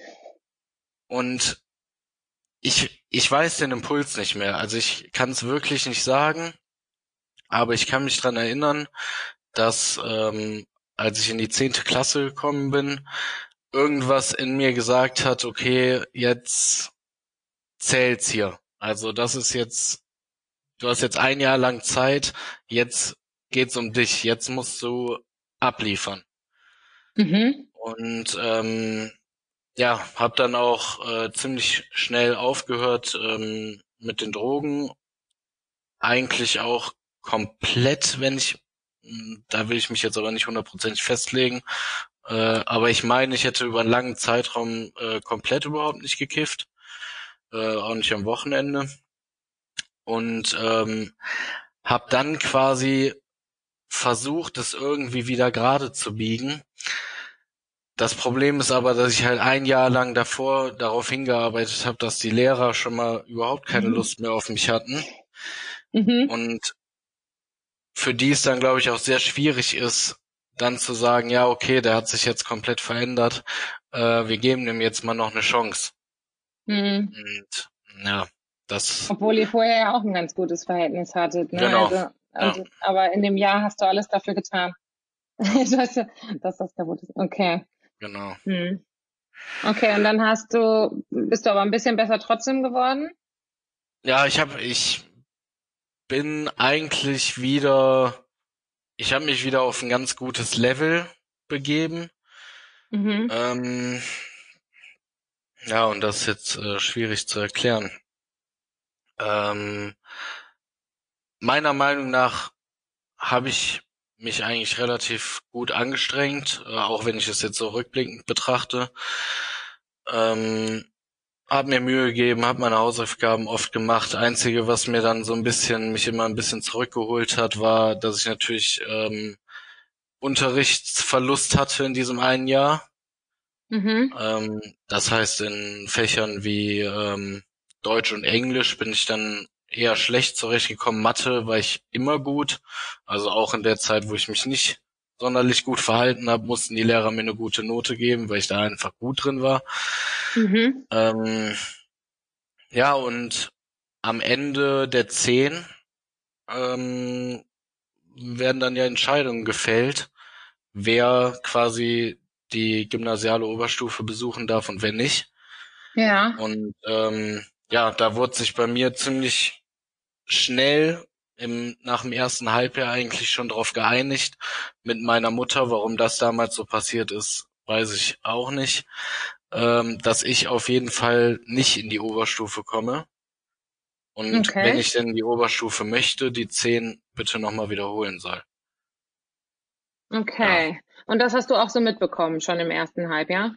und ich weiß den Impuls nicht mehr. Also ich kann es wirklich nicht sagen, aber ich kann mich dran erinnern, dass als ich in die 10. Klasse gekommen bin, irgendwas in mir gesagt hat, okay, jetzt zählt's hier. Also das ist jetzt, du hast jetzt ein Jahr lang Zeit, jetzt geht's um dich, jetzt musst du abliefern. Mhm. Und ja, habe dann auch ziemlich schnell aufgehört mit den Drogen, eigentlich auch komplett, wenn ich, da will ich mich jetzt aber nicht hundertprozentig festlegen, aber ich meine, ich hätte über einen langen Zeitraum komplett überhaupt nicht gekifft, auch nicht am Wochenende und habe dann quasi versucht, es irgendwie wieder gerade zu biegen. Das Problem ist aber, dass ich halt ein Jahr lang davor darauf hingearbeitet habe, dass die Lehrer schon mal überhaupt keine Lust mehr auf mich hatten Mhm. und für die es dann, glaube ich, auch sehr schwierig ist, dann zu sagen, ja, okay, der hat sich jetzt komplett verändert, wir geben dem jetzt mal noch eine Chance. Mhm. Und ja, das, Obwohl ihr vorher ja auch ein ganz gutes Verhältnis hattet, ne? genau, Also, ja, aber in dem Jahr hast du alles dafür getan, ja, dass das kaputt ist. Okay. genau. Hm. Okay, und dann bist du aber ein bisschen besser trotzdem geworden? Ja, ich bin eigentlich wieder, ich habe mich wieder auf ein ganz gutes Level begeben. Mhm. Ähm, ja, und das ist jetzt schwierig zu erklären. Ähm, meiner Meinung nach habe ich mich eigentlich relativ gut angestrengt, auch wenn ich es jetzt so rückblickend betrachte. Ähm, Hab mir Mühe gegeben, habe meine Hausaufgaben oft gemacht. Einzige, was mir dann so mich immer ein bisschen zurückgeholt hat, war, dass ich natürlich Unterrichtsverlust hatte in diesem einen Jahr. Mhm. Das heißt, in Fächern wie Deutsch und Englisch bin ich dann eher schlecht zurechtgekommen. Mathe war ich immer gut. Also auch in der Zeit, wo ich mich nicht sonderlich gut verhalten habe, mussten die Lehrer mir eine gute Note geben, weil ich da einfach gut drin war. Mhm. Ähm, ja, und am Ende der 10 ähm, werden dann ja Entscheidungen gefällt, wer quasi die gymnasiale Oberstufe besuchen darf und wer nicht. Ja. Und ja, da wurde sich bei mir ziemlich schnell nach dem ersten Halbjahr eigentlich schon drauf geeinigt mit meiner Mutter. Warum das damals so passiert ist, weiß ich auch nicht. Dass ich auf jeden Fall nicht in die Oberstufe komme. Und wenn Okay. ich denn in die Oberstufe möchte, die 10 bitte nochmal wiederholen soll. Ja. Okay. Und das hast du auch so mitbekommen, schon im ersten Halbjahr?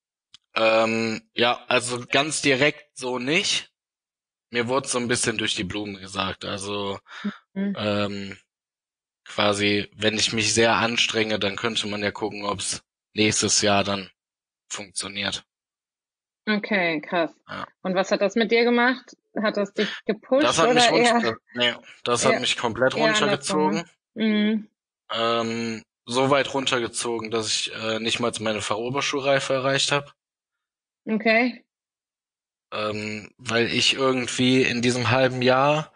Ja, also ganz direkt so nicht. Mir wurde so ein bisschen durch die Blume gesagt. Also Mhm. ähm, quasi, wenn ich mich sehr anstrenge, dann könnte man ja gucken, ob es nächstes Jahr dann funktioniert. Okay, krass. Ja. Und was hat das mit dir gemacht? Hat das dich Das gepusht hat mich oder nee, das hat eher, mich komplett eher andersrum? Ne? runtergezogen. Mhm. So weit runtergezogen, dass ich nicht mal meine Fachoberschulreife erreicht habe. Okay. Weil ich irgendwie in diesem halben Jahr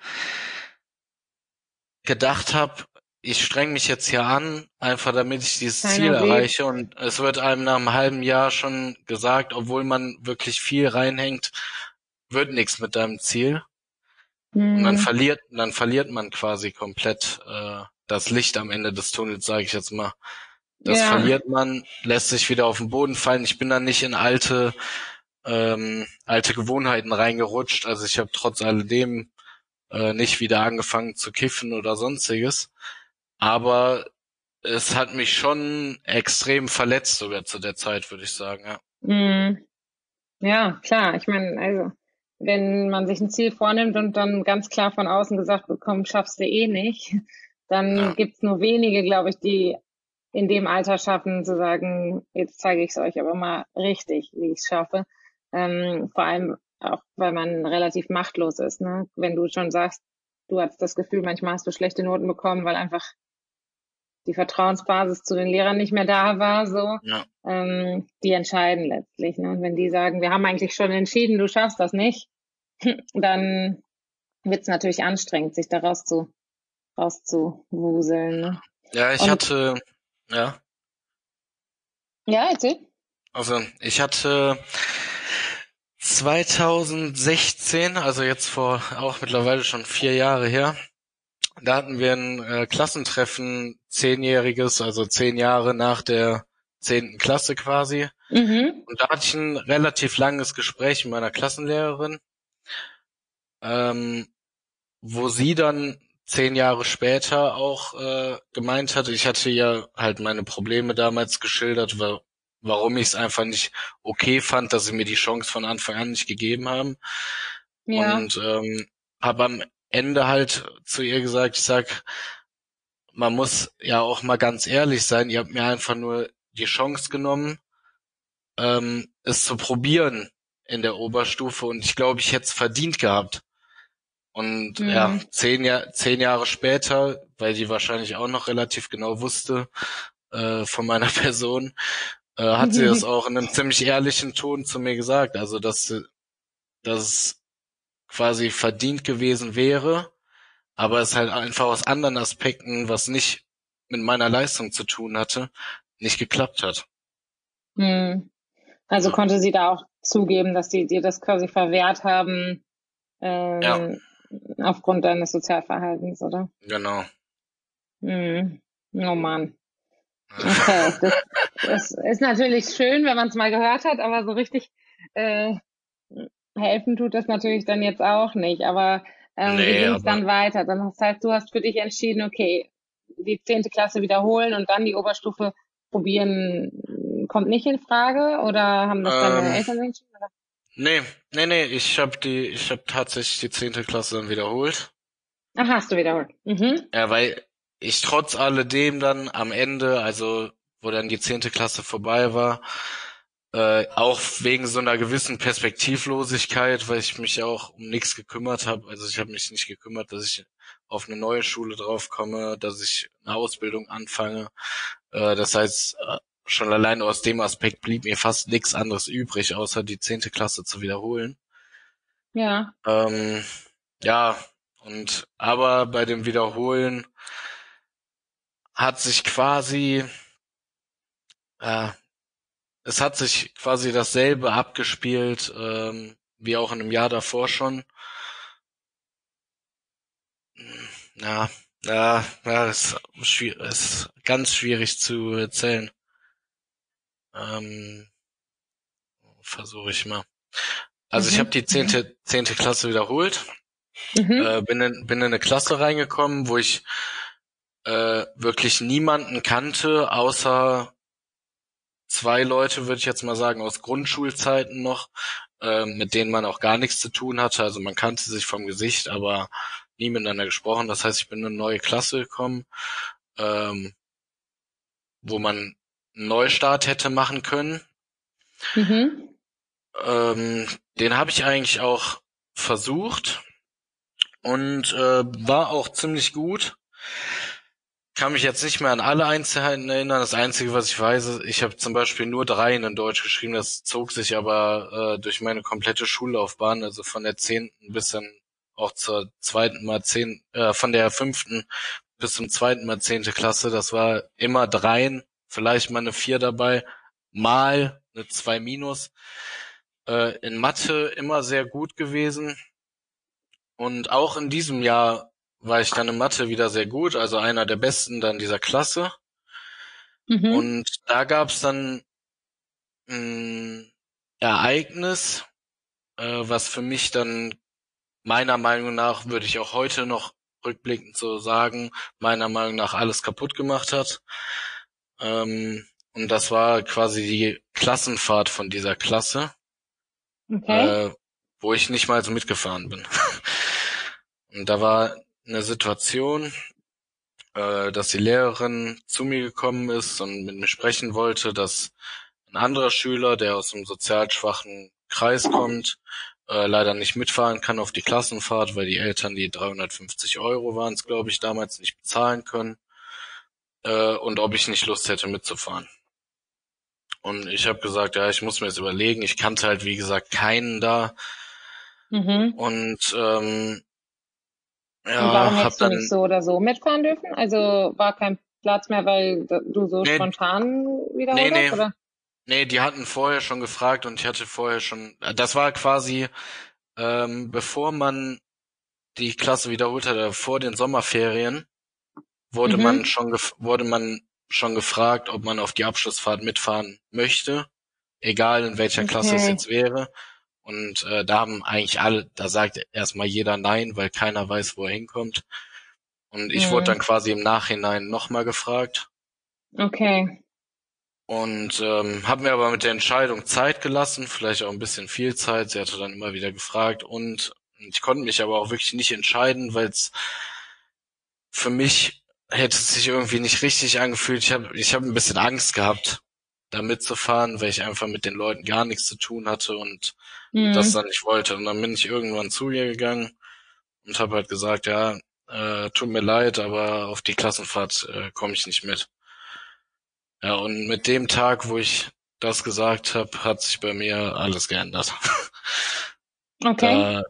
gedacht habe, ich streng mich jetzt hier an, einfach damit ich dieses Ziel Keiner sieht. erreiche. Und es wird einem nach einem halben Jahr schon gesagt, obwohl man wirklich viel reinhängt, wird nichts mit deinem Ziel. Und Mhm. dann verliert man quasi komplett das Licht am Ende des Tunnels, sage ich jetzt mal. Das Ja. verliert man, lässt sich wieder auf den Boden fallen. Ich bin dann nicht in alte Gewohnheiten reingerutscht. Also ich habe trotz alledem nicht wieder angefangen zu kiffen oder sonstiges. Aber es hat mich schon extrem verletzt, sogar zu der Zeit, würde ich sagen, ja. Mhm. Ja, klar. Ich meine, also, wenn man sich ein Ziel vornimmt und dann ganz klar von außen gesagt bekommt, schaffst du eh nicht, dann Ja, gibt's nur wenige, glaube ich, die in dem Alter schaffen, zu sagen, jetzt zeige ich es euch aber mal richtig, wie ich es schaffe. Vor allem auch, weil man relativ machtlos ist. Ne? Wenn du schon sagst, du hast das Gefühl, manchmal hast du schlechte Noten bekommen, weil einfach die Vertrauensbasis zu den Lehrern nicht mehr da war, so, ja, die entscheiden letztlich. Ne? Und wenn die sagen, wir haben eigentlich schon entschieden, du schaffst das nicht, dann wird es natürlich anstrengend, sich da rauszuwuseln. Ne? ja, Und ja, ja, erzähl. also ich hatte 2016, also jetzt vor auch mittlerweile schon 4 Jahre her, da hatten wir ein Klassentreffen, 10-jähriges, also 10 Jahre nach der 10. Klasse quasi. Mhm. Und da hatte ich ein relativ langes Gespräch mit meiner Klassenlehrerin, ähm, wo sie dann 10 Jahre später auch gemeint hatte, ich hatte ja halt meine Probleme damals geschildert, warum ich es einfach nicht okay fand, dass sie mir die Chance von Anfang an nicht gegeben haben. Ja. Und habe am Ende halt zu ihr gesagt, ich sag, man muss ja auch mal ganz ehrlich sein, ihr habt mir einfach nur die Chance genommen, es zu probieren in der Oberstufe und ich glaube, ich hätte es verdient gehabt. Und ja, Mhm. 10 Jahre später, weil die wahrscheinlich auch noch relativ genau wusste von meiner Person, hat sie das auch in einem ziemlich ehrlichen Ton zu mir gesagt. Also, dass es quasi verdient gewesen wäre, aber es halt einfach aus anderen Aspekten, was nicht mit meiner Leistung zu tun hatte, nicht geklappt hat. Mhm. Also Ja, konnte sie da auch zugeben, dass die dir das quasi verwehrt haben, ja, ähm, aufgrund deines Sozialverhaltens, oder? genau. Mhm. Oh Mann. Okay. Das ist natürlich schön, wenn man es mal gehört hat, aber so richtig äh, helfen tut das natürlich dann jetzt auch nicht. Aber Wie Nee, ging es aber dann weiter? Das heißt, du hast für dich entschieden, okay, die 10. Klasse wiederholen und dann die Oberstufe probieren, kommt nicht in Frage? Oder haben das deine ähm, Eltern entschieden? Oder? nee, nee, ich habe tatsächlich die 10. Klasse dann wiederholt. Ach, hast du wiederholt. Mhm. Ja, weil ich trotz alledem dann am Ende, also wo dann die 10. Klasse vorbei war, auch wegen so einer gewissen Perspektivlosigkeit, weil ich mich auch um nichts gekümmert habe. Also ich habe mich nicht gekümmert, dass ich auf eine neue Schule draufkomme, dass ich eine Ausbildung anfange. Das heißt, schon allein aus dem Aspekt blieb mir fast nichts anderes übrig, außer die 10. Klasse zu wiederholen. Ja. Ähm, ja, und aber bei dem Wiederholen hat sich quasi, äh, es hat sich quasi dasselbe abgespielt, wie auch in einem Jahr davor schon. Ja, ja, ist ganz schwierig zu erzählen. Ähm, Versuche ich mal. Also ich habe Mhm. die zehnte Klasse wiederholt, Mhm. bin in eine Klasse reingekommen, wo ich wirklich niemanden kannte, außer zwei Leute, würde ich jetzt mal sagen, aus Grundschulzeiten noch, mit denen man auch gar nichts zu tun hatte. Also man kannte sich vom Gesicht, aber nie miteinander gesprochen. Das heißt, ich bin in eine neue Klasse gekommen, ähm, wo man einen Neustart hätte machen können. Mhm. Den habe ich eigentlich auch versucht und war auch ziemlich gut. Kann mich jetzt nicht mehr an alle Einzelheiten erinnern. Das Einzige, was ich weiß, ich habe zum Beispiel nur 3 in Deutsch geschrieben. Das zog sich aber durch meine komplette Schullaufbahn, also von der 10. bis dann auch zur zweiten mal 10, von der 5. bis zum zweiten mal 10. Klasse. Das war immer 3, vielleicht mal eine 4 dabei, mal eine 2 minus. In Mathe immer sehr gut gewesen. Und auch in diesem Jahr war ich dann in Mathe wieder sehr gut, also einer der Besten dann dieser Klasse. Mhm. Und da gab's dann ein Ereignis, was für mich dann meiner Meinung nach, würde ich auch heute noch rückblickend so sagen, meiner Meinung nach alles kaputt gemacht hat. Und das war quasi die Klassenfahrt von dieser Klasse, Okay. äh, wo ich nicht mal so mitgefahren bin. Und da war eine Situation, dass die Lehrerin zu mir gekommen ist und mit mir sprechen wollte, dass ein anderer Schüler, der aus einem sozial schwachen Kreis kommt, leider nicht mitfahren kann auf die Klassenfahrt, weil die Eltern die 350 € waren es, glaube ich, damals nicht bezahlen können, und ob ich nicht Lust hätte mitzufahren. Und ich habe gesagt, ja, ich muss mir das überlegen. Ich kannte halt, wie gesagt, keinen da Mhm. und Und warum ja, hab hättest du nicht dann so oder so mitfahren dürfen? Also war kein Platz mehr, weil du so nee, spontan nee, wiederholt hast, nee, oder? nee, die hatten vorher schon gefragt und ich hatte vorher schon, das war quasi, bevor man die Klasse wiederholt hat, vor den Sommerferien, Mhm. wurde man schon gefragt, ob man auf die Abschlussfahrt mitfahren möchte, egal in welcher Klasse es Okay. jetzt wäre. Und da haben eigentlich alle, da sagt erstmal jeder nein, weil keiner weiß, wo er hinkommt. Und ich wurde Mhm. dann quasi im Nachhinein nochmal gefragt Okay. und habe mir aber mit der Entscheidung Zeit gelassen, vielleicht auch ein bisschen viel Zeit. Sie hatte dann immer wieder gefragt und ich konnte mich aber auch wirklich nicht entscheiden, weil es für mich hätte es sich irgendwie nicht richtig angefühlt. Ich hab ein bisschen Angst gehabt, da mitzufahren, weil ich einfach mit den Leuten gar nichts zu tun hatte und das Mhm. dann nicht wollte. Und dann bin ich irgendwann zu ihr gegangen und habe halt gesagt, ja, tut mir leid, aber auf die Klassenfahrt komme ich nicht mit. Ja, und mit dem Tag, wo ich das gesagt habe, hat sich bei mir alles geändert. Okay. Da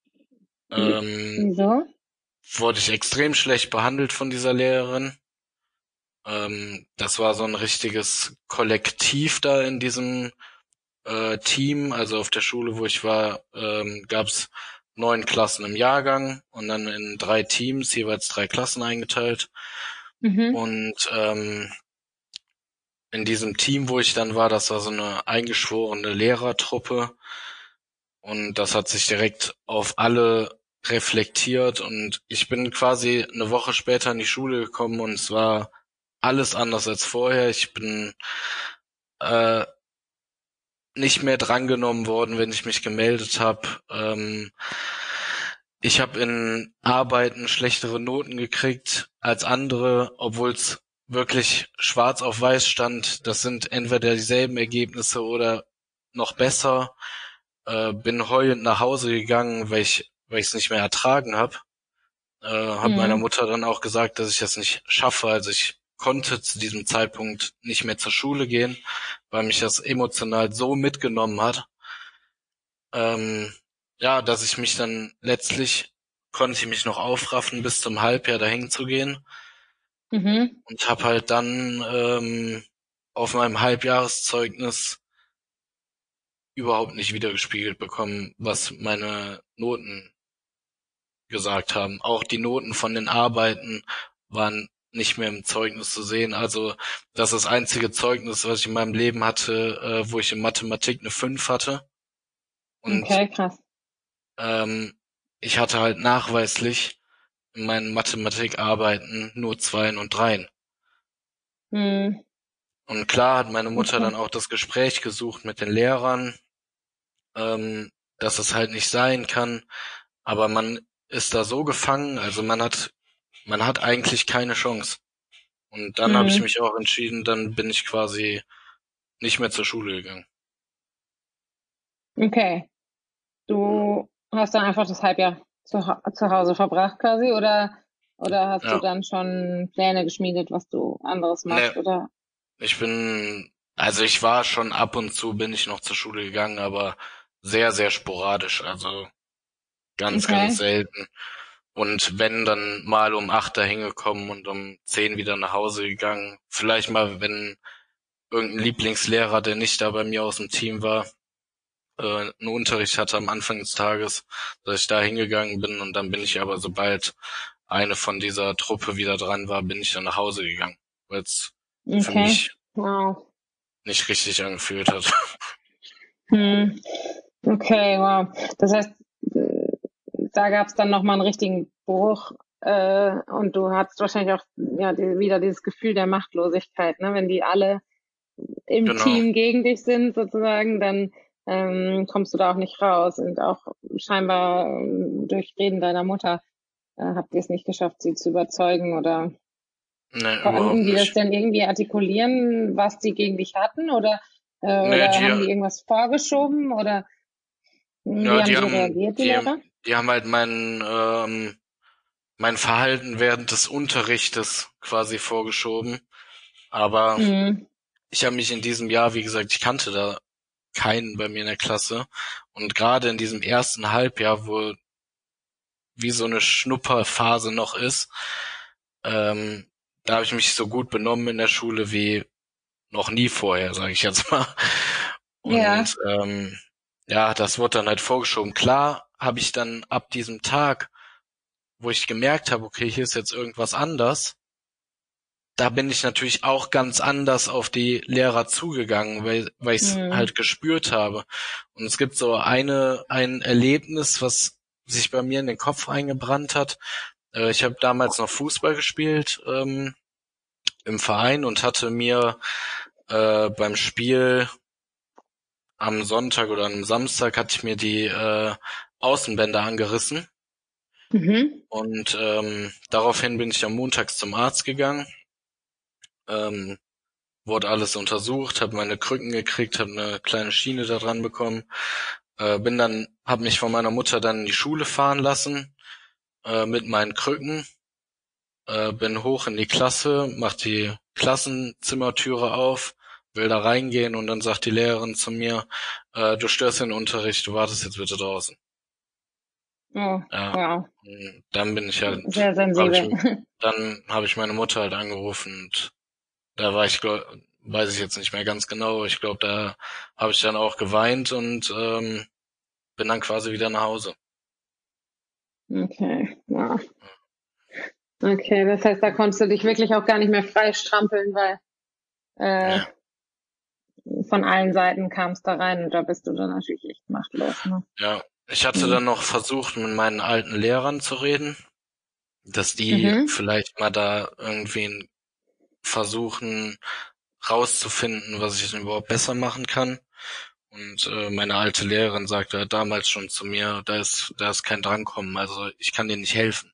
Wieso? wurde ich extrem schlecht behandelt von dieser Lehrerin. Das war so ein richtiges Kollektiv da in diesem Team. Also auf der Schule, wo ich war, gab's 9 Klassen im Jahrgang und dann in 3 Teams, jeweils 3 Klassen eingeteilt. Mhm. Und in diesem Team, wo ich dann war, das war so eine eingeschworene Lehrertruppe und das hat sich direkt auf alle reflektiert und ich bin quasi eine Woche später in die Schule gekommen und es war alles anders als vorher. Ich bin äh, nicht mehr drangenommen worden, wenn ich mich gemeldet habe. Ich habe in Arbeiten schlechtere Noten gekriegt als andere, obwohl es wirklich schwarz auf weiß stand. Das sind entweder dieselben Ergebnisse oder noch besser. Bin heulend nach Hause gegangen, weil ich es nicht mehr ertragen habe. Habe meiner Mhm. Mutter dann auch gesagt, dass ich das nicht schaffe. Also ich konnte zu diesem Zeitpunkt nicht mehr zur Schule gehen, weil mich das emotional so mitgenommen hat. Ähm, ja, dass ich mich dann letztlich konnte ich mich noch aufraffen, bis zum Halbjahr dahin zu gehen Mhm. und habe halt dann auf meinem Halbjahreszeugnis überhaupt nicht wiedergespiegelt bekommen, was meine Noten gesagt haben. Auch die Noten von den Arbeiten waren nicht mehr im Zeugnis zu sehen. Also das ist das einzige Zeugnis, was ich in meinem Leben hatte, wo ich in Mathematik eine 5 hatte. Und Okay, krass. ähm, ich hatte halt nachweislich in meinen Mathematikarbeiten nur Zweien und Dreien. Mhm. Und klar hat meine Mutter Okay. dann auch das Gespräch gesucht mit den Lehrern, dass es halt nicht sein kann. Aber man ist da so gefangen, also man hat eigentlich keine Chance. Und dann habe ich Mhm. mich auch entschieden, dann bin ich quasi nicht mehr zur Schule gegangen. Okay. Du hast dann einfach das Halbjahr zu Hause verbracht quasi oder hast du Ja, dann schon Pläne geschmiedet, was du anderes ne, machst oder? also ich war schon ab und zu bin ich noch zur Schule gegangen, aber sehr, sehr sporadisch, also ganz, ganz Okay. selten. Und wenn, dann mal um 8 da hingekommen und um 10 wieder nach Hause gegangen. Vielleicht mal, wenn irgendein Lieblingslehrer, der nicht da bei mir aus dem Team war, einen Unterricht hatte am Anfang des Tages, dass ich da hingegangen bin und dann bin ich aber, sobald eine von dieser Truppe wieder dran war, bin ich dann nach Hause gegangen, weil es für Okay. mich Wow. nicht richtig angefühlt hat. Hm. Okay, wow. Das heißt, da gab es dann nochmal einen richtigen Bruch und du hattest wahrscheinlich auch ja, wieder dieses Gefühl der Machtlosigkeit, ne? Wenn die alle im Genau. Team gegen dich sind sozusagen, dann kommst du da auch nicht raus. Und auch scheinbar durch Reden deiner Mutter habt ihr es nicht geschafft, sie zu überzeugen oder Ne, überhaupt konnten die das nicht. denn irgendwie artikulieren, was die gegen dich hatten Ne, oder haben die irgendwas vorgeschoben oder ja, wie haben die reagiert, die Lehrer? die haben halt mein Verhalten während des Unterrichtes quasi vorgeschoben. Aber Hm. ich habe mich in diesem Jahr, wie gesagt, ich kannte da keinen bei mir in der Klasse. Und gerade in diesem ersten Halbjahr, wo wie so eine Schnupperphase noch ist, ähm, da habe ich mich so gut benommen in der Schule wie noch nie vorher, sage ich jetzt mal. Ja. Und ja, das wurde dann halt vorgeschoben. Klar habe ich dann ab diesem Tag, wo ich gemerkt habe, okay, hier ist jetzt irgendwas anders, da bin ich natürlich auch ganz anders auf die Lehrer zugegangen, weil ich es Hm. halt gespürt habe. Und es gibt so ein Erlebnis, was sich bei mir in den Kopf eingebrannt hat. Ich habe damals noch Fußball gespielt im Verein und hatte mir beim Spiel am Sonntag oder am Samstag hatte ich mir die Außenbänder angerissen. Mhm. Und daraufhin bin ich am Montags zum Arzt gegangen. Ähm, Wurde alles untersucht, habe meine Krücken gekriegt, habe eine kleine Schiene da dran bekommen, habe mich von meiner Mutter dann in die Schule fahren lassen mit meinen Krücken, bin hoch in die Klasse, mach die Klassenzimmertüre auf, will da reingehen und dann sagt die Lehrerin zu mir, du störst den Unterricht, du wartest jetzt bitte draußen. Oh, Ja, wow. dann bin ich halt, Sehr sensibel. dann habe ich meine Mutter halt angerufen und da war ich, weiß ich jetzt nicht mehr ganz genau. Ich glaube, da habe ich dann auch geweint und bin dann quasi wieder nach Hause. Okay, wow. Okay, das heißt, da konntest du dich wirklich auch gar nicht mehr frei strampeln, weil äh, Ja, von allen Seiten kam es da rein und da bist du dann natürlich echt machtlos, ne? ja. Ich hatte Hm. dann noch versucht, mit meinen alten Lehrern zu reden, dass die Mhm. vielleicht mal da irgendwie versuchen rauszufinden, was ich denn überhaupt besser machen kann. Und meine alte Lehrerin sagte damals schon zu mir, da ist kein Drankommen, also ich kann dir nicht helfen.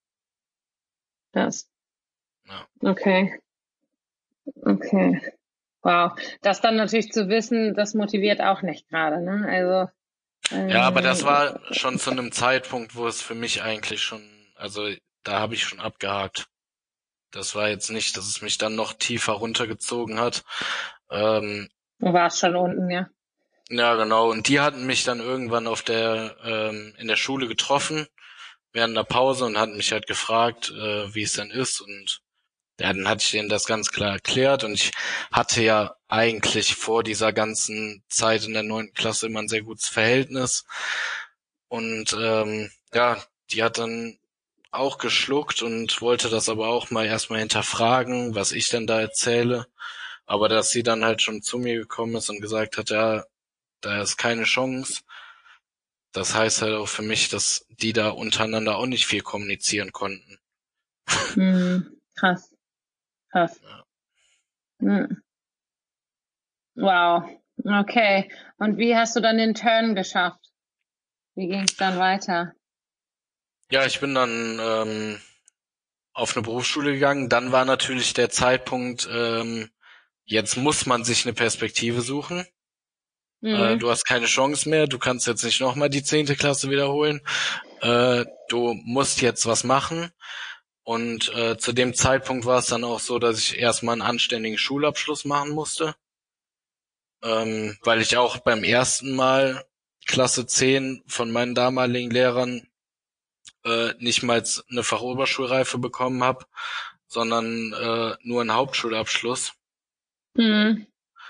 Das. Ja. Okay. Okay. Wow. Das dann natürlich zu wissen, das motiviert auch nicht gerade, ne? Also, Ja, aber das ähm, war schon zu einem Zeitpunkt, wo es für mich eigentlich schon, also da habe ich schon abgehakt. Das war jetzt nicht, dass es mich dann noch tiefer runtergezogen hat. Ähm, du warst schon unten, ja. ja, genau. Und die hatten mich dann irgendwann in der Schule getroffen während der Pause und hatten mich halt gefragt, wie es denn ist. Und ja, dann hatte ich denen das ganz klar erklärt. Und ich hatte ja eigentlich vor dieser ganzen Zeit in der 9. Klasse immer ein sehr gutes Verhältnis. Und ja, die hat dann auch geschluckt und wollte das aber auch mal erstmal hinterfragen, was ich denn da erzähle. Aber dass sie dann halt schon zu mir gekommen ist und gesagt hat, ja, da ist keine Chance. Das heißt halt auch für mich, dass die da untereinander auch nicht viel kommunizieren konnten. Hm. Krass, krass. Hm. Wow. Okay. Und wie hast du dann den Turn geschafft? Wie ging es dann weiter? Ja, ich bin dann auf eine Berufsschule gegangen. Dann war natürlich der Zeitpunkt, jetzt muss man sich eine Perspektive suchen. Mhm. Du hast keine Chance mehr. Du kannst jetzt nicht nochmal die 10. Klasse wiederholen. Du musst jetzt was machen. Und zu dem Zeitpunkt war es dann auch so, dass ich erstmal einen anständigen Schulabschluss machen musste, weil ich auch beim ersten Mal Klasse 10 von meinen damaligen Lehrern nicht mal eine Fachoberschulreife bekommen habe, sondern nur einen Hauptschulabschluss. Mhm.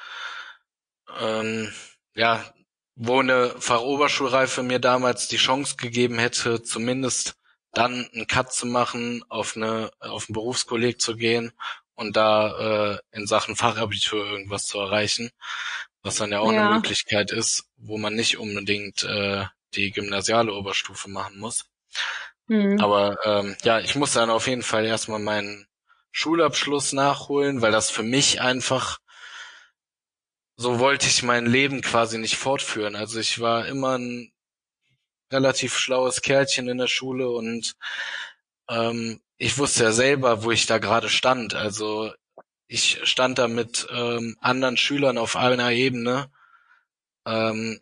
Ähm, ja, wo eine Fachoberschulreife mir damals die Chance gegeben hätte, zumindest dann einen Cut zu machen, auf ein Berufskolleg zu gehen und da in Sachen Fachabitur irgendwas zu erreichen, was dann ja auch eine Ja. Möglichkeit ist, wo man nicht unbedingt die gymnasiale Oberstufe machen muss. Mhm. Aber ja, ich muss dann auf jeden Fall erstmal meinen Schulabschluss nachholen, weil das für mich einfach, so wollte ich mein Leben quasi nicht fortführen. Also ich war immer ein relativ schlaues Kerlchen in der Schule und ich wusste ja selber, wo ich da gerade stand. Also ich stand da mit anderen Schülern auf einer Ebene, ähm,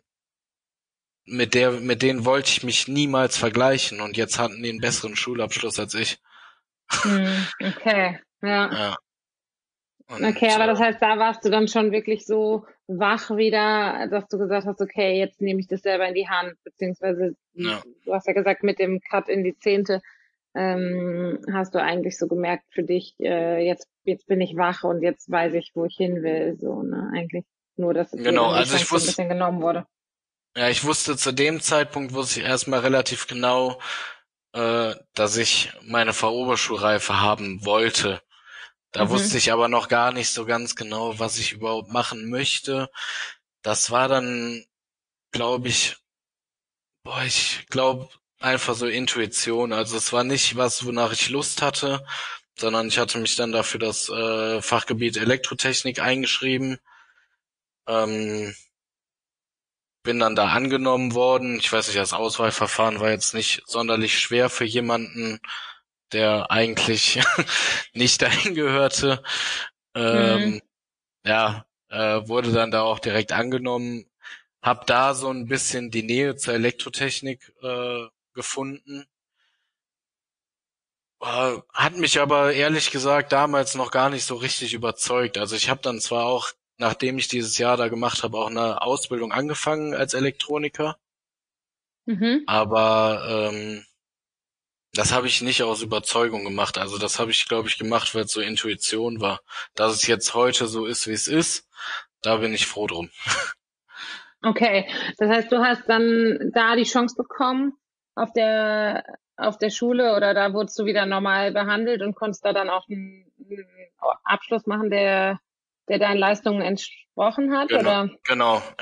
mit denen wollte ich mich niemals vergleichen und jetzt hatten die einen besseren Schulabschluss als ich. Mhm. Okay. Ja. Ja, Okay, und aber das heißt, da warst du dann schon wirklich so wach wieder, dass du gesagt hast, okay, jetzt nehme ich das selber in die Hand, beziehungsweise ja. du hast ja gesagt, mit dem Cut in die 10. Hast du eigentlich so gemerkt für dich, jetzt bin ich wach und jetzt weiß ich, wo ich hin will, so, ne, eigentlich. Nur, dass dir Genau, dann die also Chance so ein bisschen genommen wurde. ich wusste zu dem Zeitpunkt, wusste ich erstmal relativ genau, dass ich meine Fachoberschulreife haben wollte. Da wusste Mhm. ich aber noch gar nicht so ganz genau, was ich überhaupt machen möchte. Das war dann, glaube ich, ich glaube einfach so Intuition. Also es war nicht was, wonach ich Lust hatte, sondern ich hatte mich dann dafür das Fachgebiet Elektrotechnik eingeschrieben. Ähm, Bin dann da angenommen worden. Ich weiß nicht, das Auswahlverfahren war jetzt nicht sonderlich schwer für jemanden, der eigentlich nicht dahin gehörte. Mhm. Ähm, ja, wurde dann da auch direkt angenommen. Hab da so ein bisschen die Nähe zur Elektrotechnik gefunden. Hat mich aber ehrlich gesagt damals noch gar nicht so richtig überzeugt. Also ich habe dann zwar auch, nachdem ich dieses Jahr da gemacht habe, auch eine Ausbildung angefangen als Elektroniker. Mhm. Aber das habe ich nicht aus Überzeugung gemacht. Also das habe ich, glaube ich, gemacht, weil es so Intuition war. Dass es jetzt heute so ist, wie es ist, da bin ich froh drum. Okay, das heißt, du hast dann da die Chance bekommen auf der Schule oder da wurdest du wieder normal behandelt und konntest da dann auch einen Abschluss machen, der deinen Leistungen entsprochen hat, Genau, oder? genau, ja.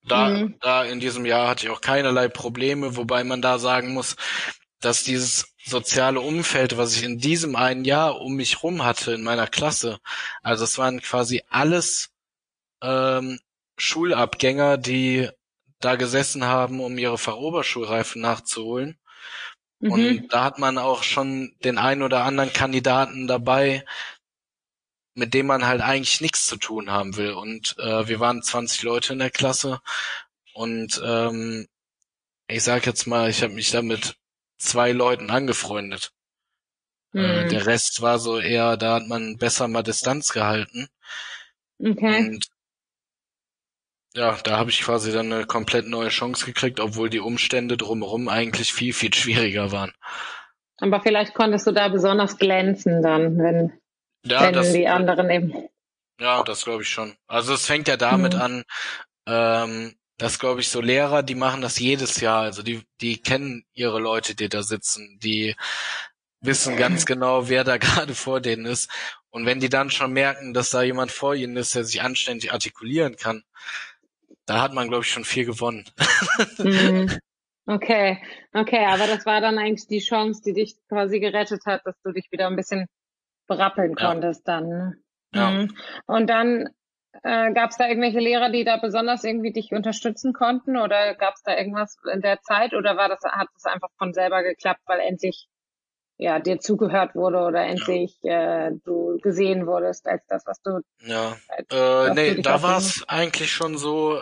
Mhm. Da in diesem Jahr hatte ich auch keinerlei Probleme, wobei man da sagen muss, dass dieses soziale Umfeld, was ich in diesem einen Jahr um mich rum hatte in meiner Klasse, also es waren quasi alles Schulabgänger, die da gesessen haben, um ihre Fachoberschulreife nachzuholen. Und Mhm. da hat man auch schon den ein oder anderen Kandidaten dabei, mit dem man halt eigentlich nichts zu tun haben will. Und wir waren 20 Leute in der Klasse und ich sag jetzt mal, ich habe mich da mit 2 Leuten angefreundet. Mhm. Der Rest war so eher, da hat man besser mal Distanz gehalten. Okay. Und ja, da habe ich quasi dann eine komplett neue Chance gekriegt, obwohl die Umstände drumherum eigentlich viel, viel schwieriger waren. Aber vielleicht konntest du da besonders glänzen dann, Ja, wenn die anderen eben. das glaube ich schon. Also es fängt ja damit Mhm. an, dass glaube ich so Lehrer, die machen das jedes Jahr. Also die kennen ihre Leute, die da sitzen. Die wissen ganz genau, wer da gerade vor denen ist. Und wenn die dann schon merken, dass da jemand vor ihnen ist, der sich anständig artikulieren kann, da hat man, glaube ich, schon viel gewonnen. Mhm. Okay, okay, aber das war dann eigentlich die Chance, die dich quasi gerettet hat, dass du dich wieder ein bisschen berappeln Ja, konntest dann. Ne? ja. Mhm. Und dann gab es da irgendwelche Lehrer, die da besonders irgendwie dich unterstützen konnten, oder gab es da irgendwas in der Zeit, oder hat es einfach von selber geklappt, weil endlich ja dir zugehört wurde oder Ja. endlich du gesehen wurdest als das, Ja. als was du Nee, dich da war ausgeben es eigentlich schon so,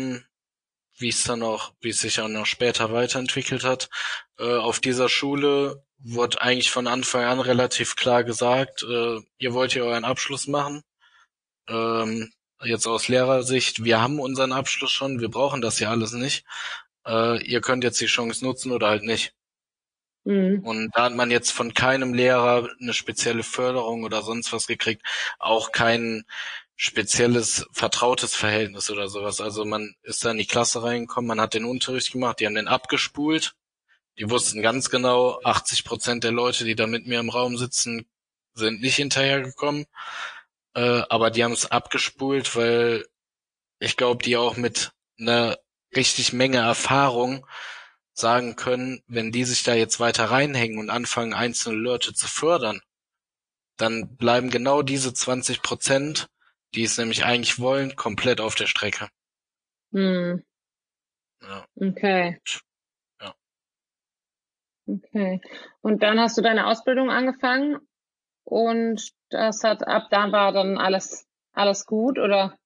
wie es sich auch noch später weiterentwickelt hat. Auf dieser Schule wurde eigentlich von Anfang an relativ klar gesagt, ihr wollt hier euren Abschluss machen. Ähm, Jetzt aus Lehrersicht, wir haben unseren Abschluss schon, wir brauchen das ja alles nicht. Ihr könnt jetzt die Chance nutzen oder halt nicht. musst. Und da hat man jetzt von keinem Lehrer eine spezielle Förderung oder sonst was gekriegt, auch kein spezielles vertrautes Verhältnis oder sowas. Also man ist da in die Klasse reingekommen, man hat den Unterricht gemacht, die haben den abgespult. Die wussten ganz genau, 80% der Leute, die da mit mir im Raum sitzen, sind nicht hinterhergekommen. Aber die haben es abgespult, weil ich glaube, die auch mit einer richtig Menge Erfahrung sagen können, wenn die sich da jetzt weiter reinhängen und anfangen, einzelne Leute zu fördern, dann bleiben genau diese 20%, die es nämlich eigentlich wollen, komplett auf der Strecke. Mhm. Ja, Okay, ja. okay. Und dann hast du deine Ausbildung angefangen und ab da war dann alles gut, oder?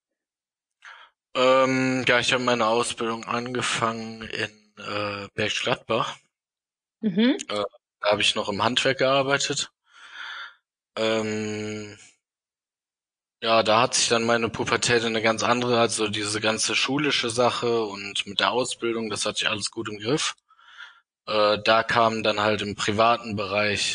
Ja, ich habe meine Ausbildung angefangen in Bergstadtbach. Mhm. Da habe ich noch im Handwerk gearbeitet. Ähm, ja, da hat sich dann meine Pubertät in eine ganz andere, also diese ganze schulische Sache und mit der Ausbildung, das hatte ich alles gut im Griff. Da kamen dann halt im privaten Bereich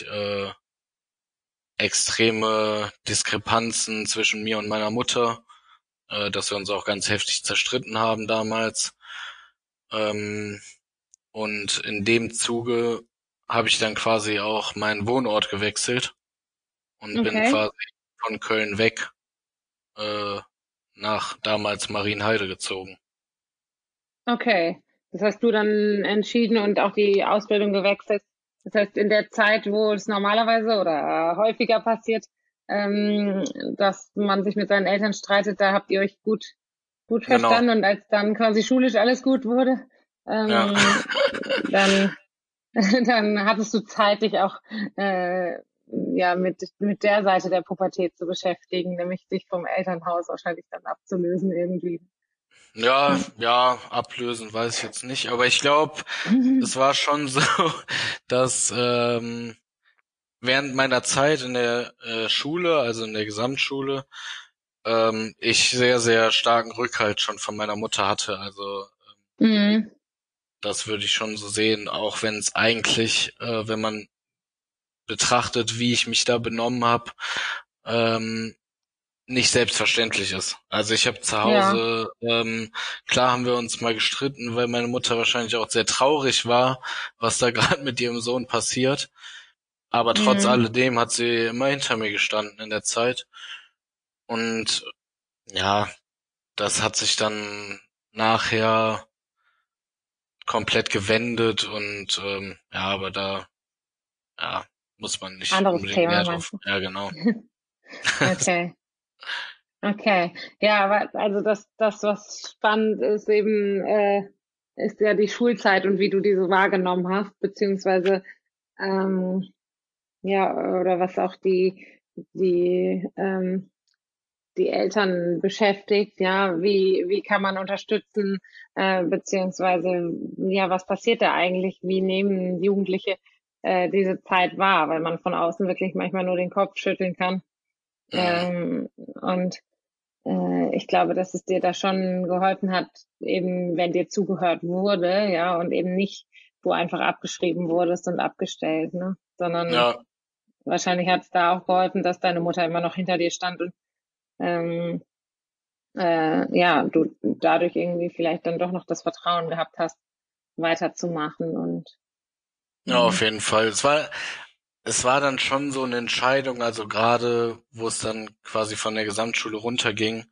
extreme Diskrepanzen zwischen mir und meiner Mutter, dass wir uns auch ganz heftig zerstritten haben damals. Ähm, und in dem Zuge habe ich dann quasi auch meinen Wohnort gewechselt und bin Okay, quasi von Köln weg äh, nach damals Marienheide gezogen. okay. Das hast du dann entschieden und auch die Ausbildung gewechselt. Das heißt, in der Zeit, wo es normalerweise oder häufiger passiert, ähm, dass man sich mit seinen Eltern streitet, da habt ihr euch gut Genau, verstanden, und als dann quasi schulisch alles gut wurde, ja. dann dann hattest du Zeit, dich auch ja mit der Seite der Pubertät zu beschäftigen, nämlich dich vom Elternhaus wahrscheinlich dann abzulösen irgendwie. Ja, ja, ablösen weiß ich jetzt nicht, aber ich glaube, es war schon so, dass während meiner Zeit in der Schule, also in der Gesamtschule, ich sehr, sehr starken Rückhalt schon von meiner Mutter hatte. Also Mhm. das würde ich schon so sehen, auch wenn es eigentlich, wenn man betrachtet, wie ich mich da benommen habe, ähm, nicht selbstverständlich ist. Also ich habe zu Ja. Hause, klar haben wir uns mal gestritten, weil meine Mutter wahrscheinlich auch sehr traurig war, was da gerade mit ihrem Sohn passiert. Aber trotz Mhm. alledem hat sie immer hinter mir gestanden in der Zeit. Und ja, das hat sich dann nachher komplett gewendet und ja, aber da ja, muss man nicht Anderes unbedingt Thema, mehr meinst drauf. du? Ja, genau. Okay. Okay, ja, aber also das, was spannend ist, eben ist ja die Schulzeit und wie du diese wahrgenommen hast, beziehungsweise ähm, ja, oder was auch die die Eltern beschäftigt, ja, wie kann man unterstützen, beziehungsweise ja, was passiert da eigentlich, wie nehmen Jugendliche diese Zeit wahr, weil man von außen wirklich manchmal nur den Kopf schütteln kann. Mhm. Und ich glaube, dass es dir da schon geholfen hat, eben wenn dir zugehört wurde, ja, und eben nicht du einfach abgeschrieben wurdest und abgestellt, ne? Sondern Ja, wahrscheinlich hat es da auch geholfen, dass deine Mutter immer noch hinter dir stand und ähm, ja, du dadurch irgendwie vielleicht dann doch noch das Vertrauen gehabt hast, weiterzumachen und ja, auf ähm, jeden Fall. Es war dann schon so eine Entscheidung, also gerade, wo es dann quasi von der Gesamtschule runterging,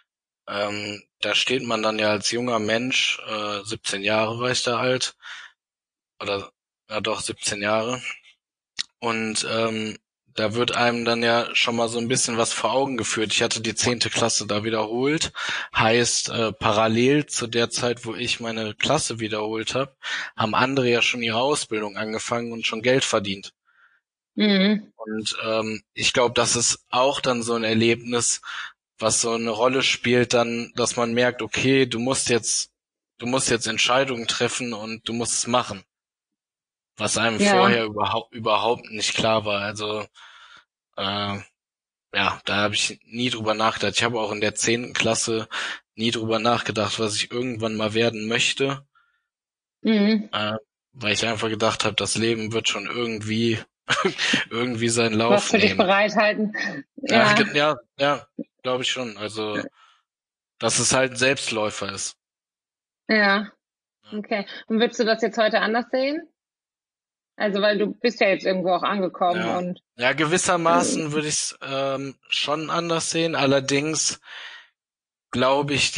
da steht man dann ja als junger Mensch, 17 Jahre war ich da alt, oder ja doch 17 Jahre, und da wird einem dann ja schon mal so ein bisschen was vor Augen geführt. Ich hatte die 10. Klasse da wiederholt, heißt parallel zu der Zeit, wo ich meine Klasse wiederholt habe, haben andere ja schon ihre Ausbildung angefangen und schon Geld verdient. mhm. Und ich glaube, das ist auch dann so ein Erlebnis, was so eine Rolle spielt, dann, dass man merkt, okay, du musst jetzt Entscheidungen treffen und du musst es machen, was einem Ja, vorher überhaupt nicht klar war. Also äh, ja, da habe ich nie drüber nachgedacht. Ich habe auch in der 10. Klasse nie drüber nachgedacht, was ich irgendwann mal werden möchte, mhm. äh, weil ich einfach gedacht habe, das Leben wird schon irgendwie seinen Was Lauf für dich nehmen. bereithalten. Ja, Ja, ja, glaube ich schon. Also, dass es halt ein Selbstläufer ist. ja, Ja, okay. Und würdest du das jetzt heute anders sehen? Also, weil du bist ja jetzt irgendwo auch angekommen ja. und Ja, äh, gewissermaßen würde ich es schon anders sehen. Allerdings glaube ich,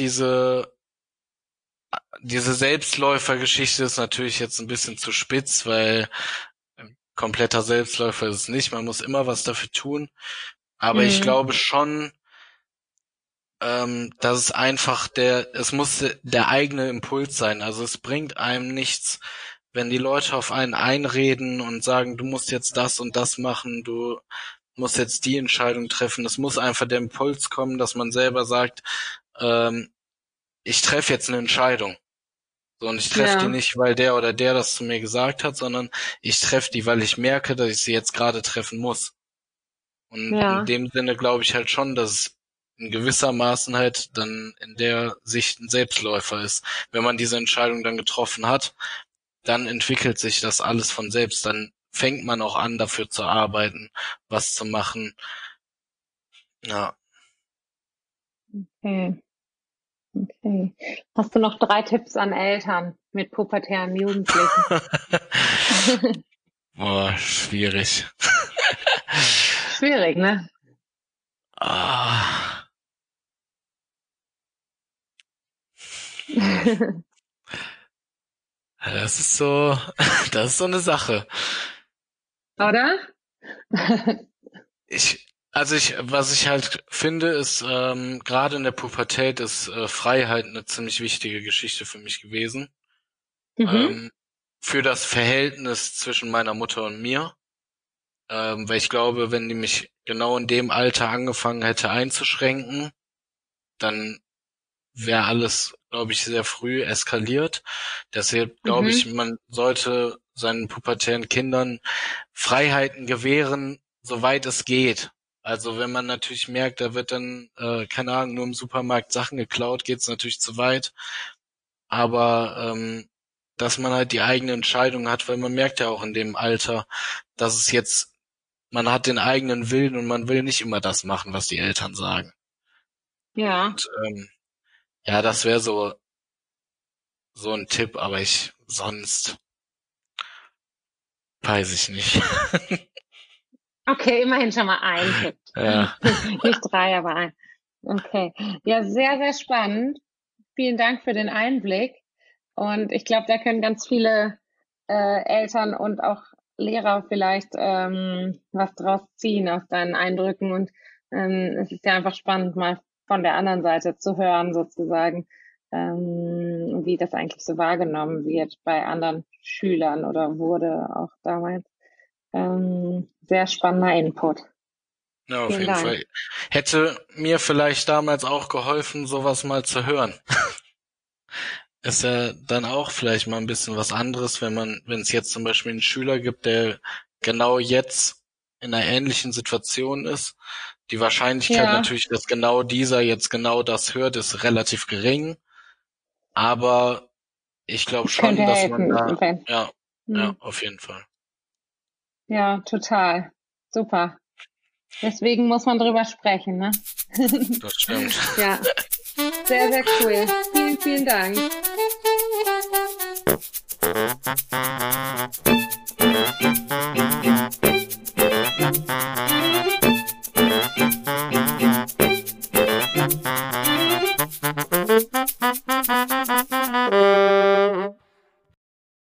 diese Selbstläufergeschichte ist natürlich jetzt ein bisschen zu spitz, weil kompletter Selbstläufer ist es nicht. Man muss immer was dafür tun. Aber ich mhm. glaube schon, dass es einfach es muss der eigene Impuls sein. Also es bringt einem nichts, wenn die Leute auf einen einreden und sagen, du musst jetzt das und das machen, du musst jetzt die Entscheidung treffen. Es muss einfach der Impuls kommen, dass man selber sagt, ähm, ich treffe jetzt eine Entscheidung. So, und ich treffe die Ja, nicht, weil der oder der das zu mir gesagt hat, sondern ich treffe die, weil ich merke, dass ich sie jetzt gerade treffen muss. Und in ja, dem Sinne glaube ich halt schon, dass es in gewisser Maßen halt dann in der Sicht ein Selbstläufer ist. Wenn man diese Entscheidung dann getroffen hat, dann entwickelt sich das alles von selbst. Dann fängt man auch an, dafür zu arbeiten, was zu machen. Ja. okay, okay. Hast du noch 3 Tipps an Eltern mit pubertären Jugendlichen? Boah, schwierig. Schwierig, ne? Ah, hm. Das ist so, das ist so eine Sache. Oder? Was ich halt finde, ist, gerade in der Pubertät ist Freiheit eine ziemlich wichtige Geschichte für mich gewesen. Mhm, Ähm, für das Verhältnis zwischen meiner Mutter und mir. Weil ich glaube, wenn die mich genau in dem Alter angefangen hätte einzuschränken, dann wäre alles, glaube ich, sehr früh eskaliert. Deshalb glaube ich, mhm, man sollte seinen pubertären Kindern Freiheiten gewähren, soweit es geht. Also wenn man natürlich merkt, da wird dann, keine Ahnung, nur im Supermarkt Sachen geklaut, geht's natürlich zu weit. Aber dass man halt die eigene Entscheidung hat, weil man merkt ja auch in dem Alter, dass es jetzt, man hat den eigenen Willen und man will nicht immer das machen, was die Eltern sagen. ja. Und ja, das wäre so ein Tipp, aber sonst weiß ich nicht. Okay, immerhin schon mal ein Tipp. Ja, Nicht 3, aber ein. Okay. Ja, sehr, sehr spannend. vielen Dank für den Einblick. Und ich glaube, da können ganz viele Eltern und auch Lehrer vielleicht was draus ziehen aus deinen Eindrücken. Und es ist ja einfach spannend, mal von der anderen Seite zu hören, sozusagen, wie das eigentlich so wahrgenommen wird bei anderen Schülern oder wurde auch damals. Sehr spannender Input. Ja, auf jeden Fall. Hätte mir vielleicht damals auch geholfen, sowas mal zu hören. Ist ja dann auch vielleicht mal ein bisschen was anderes, wenn es jetzt zum Beispiel einen Schüler gibt, der genau jetzt in einer ähnlichen Situation ist. Die Wahrscheinlichkeit natürlich, dass genau dieser jetzt genau das hört, ist relativ gering. Aber ich glaube schon, dass man da, ja, auf jeden Fall. Ja, total. Super. Deswegen muss man drüber sprechen, ne? Das stimmt. Ja. Sehr, sehr cool. Vielen, vielen Dank.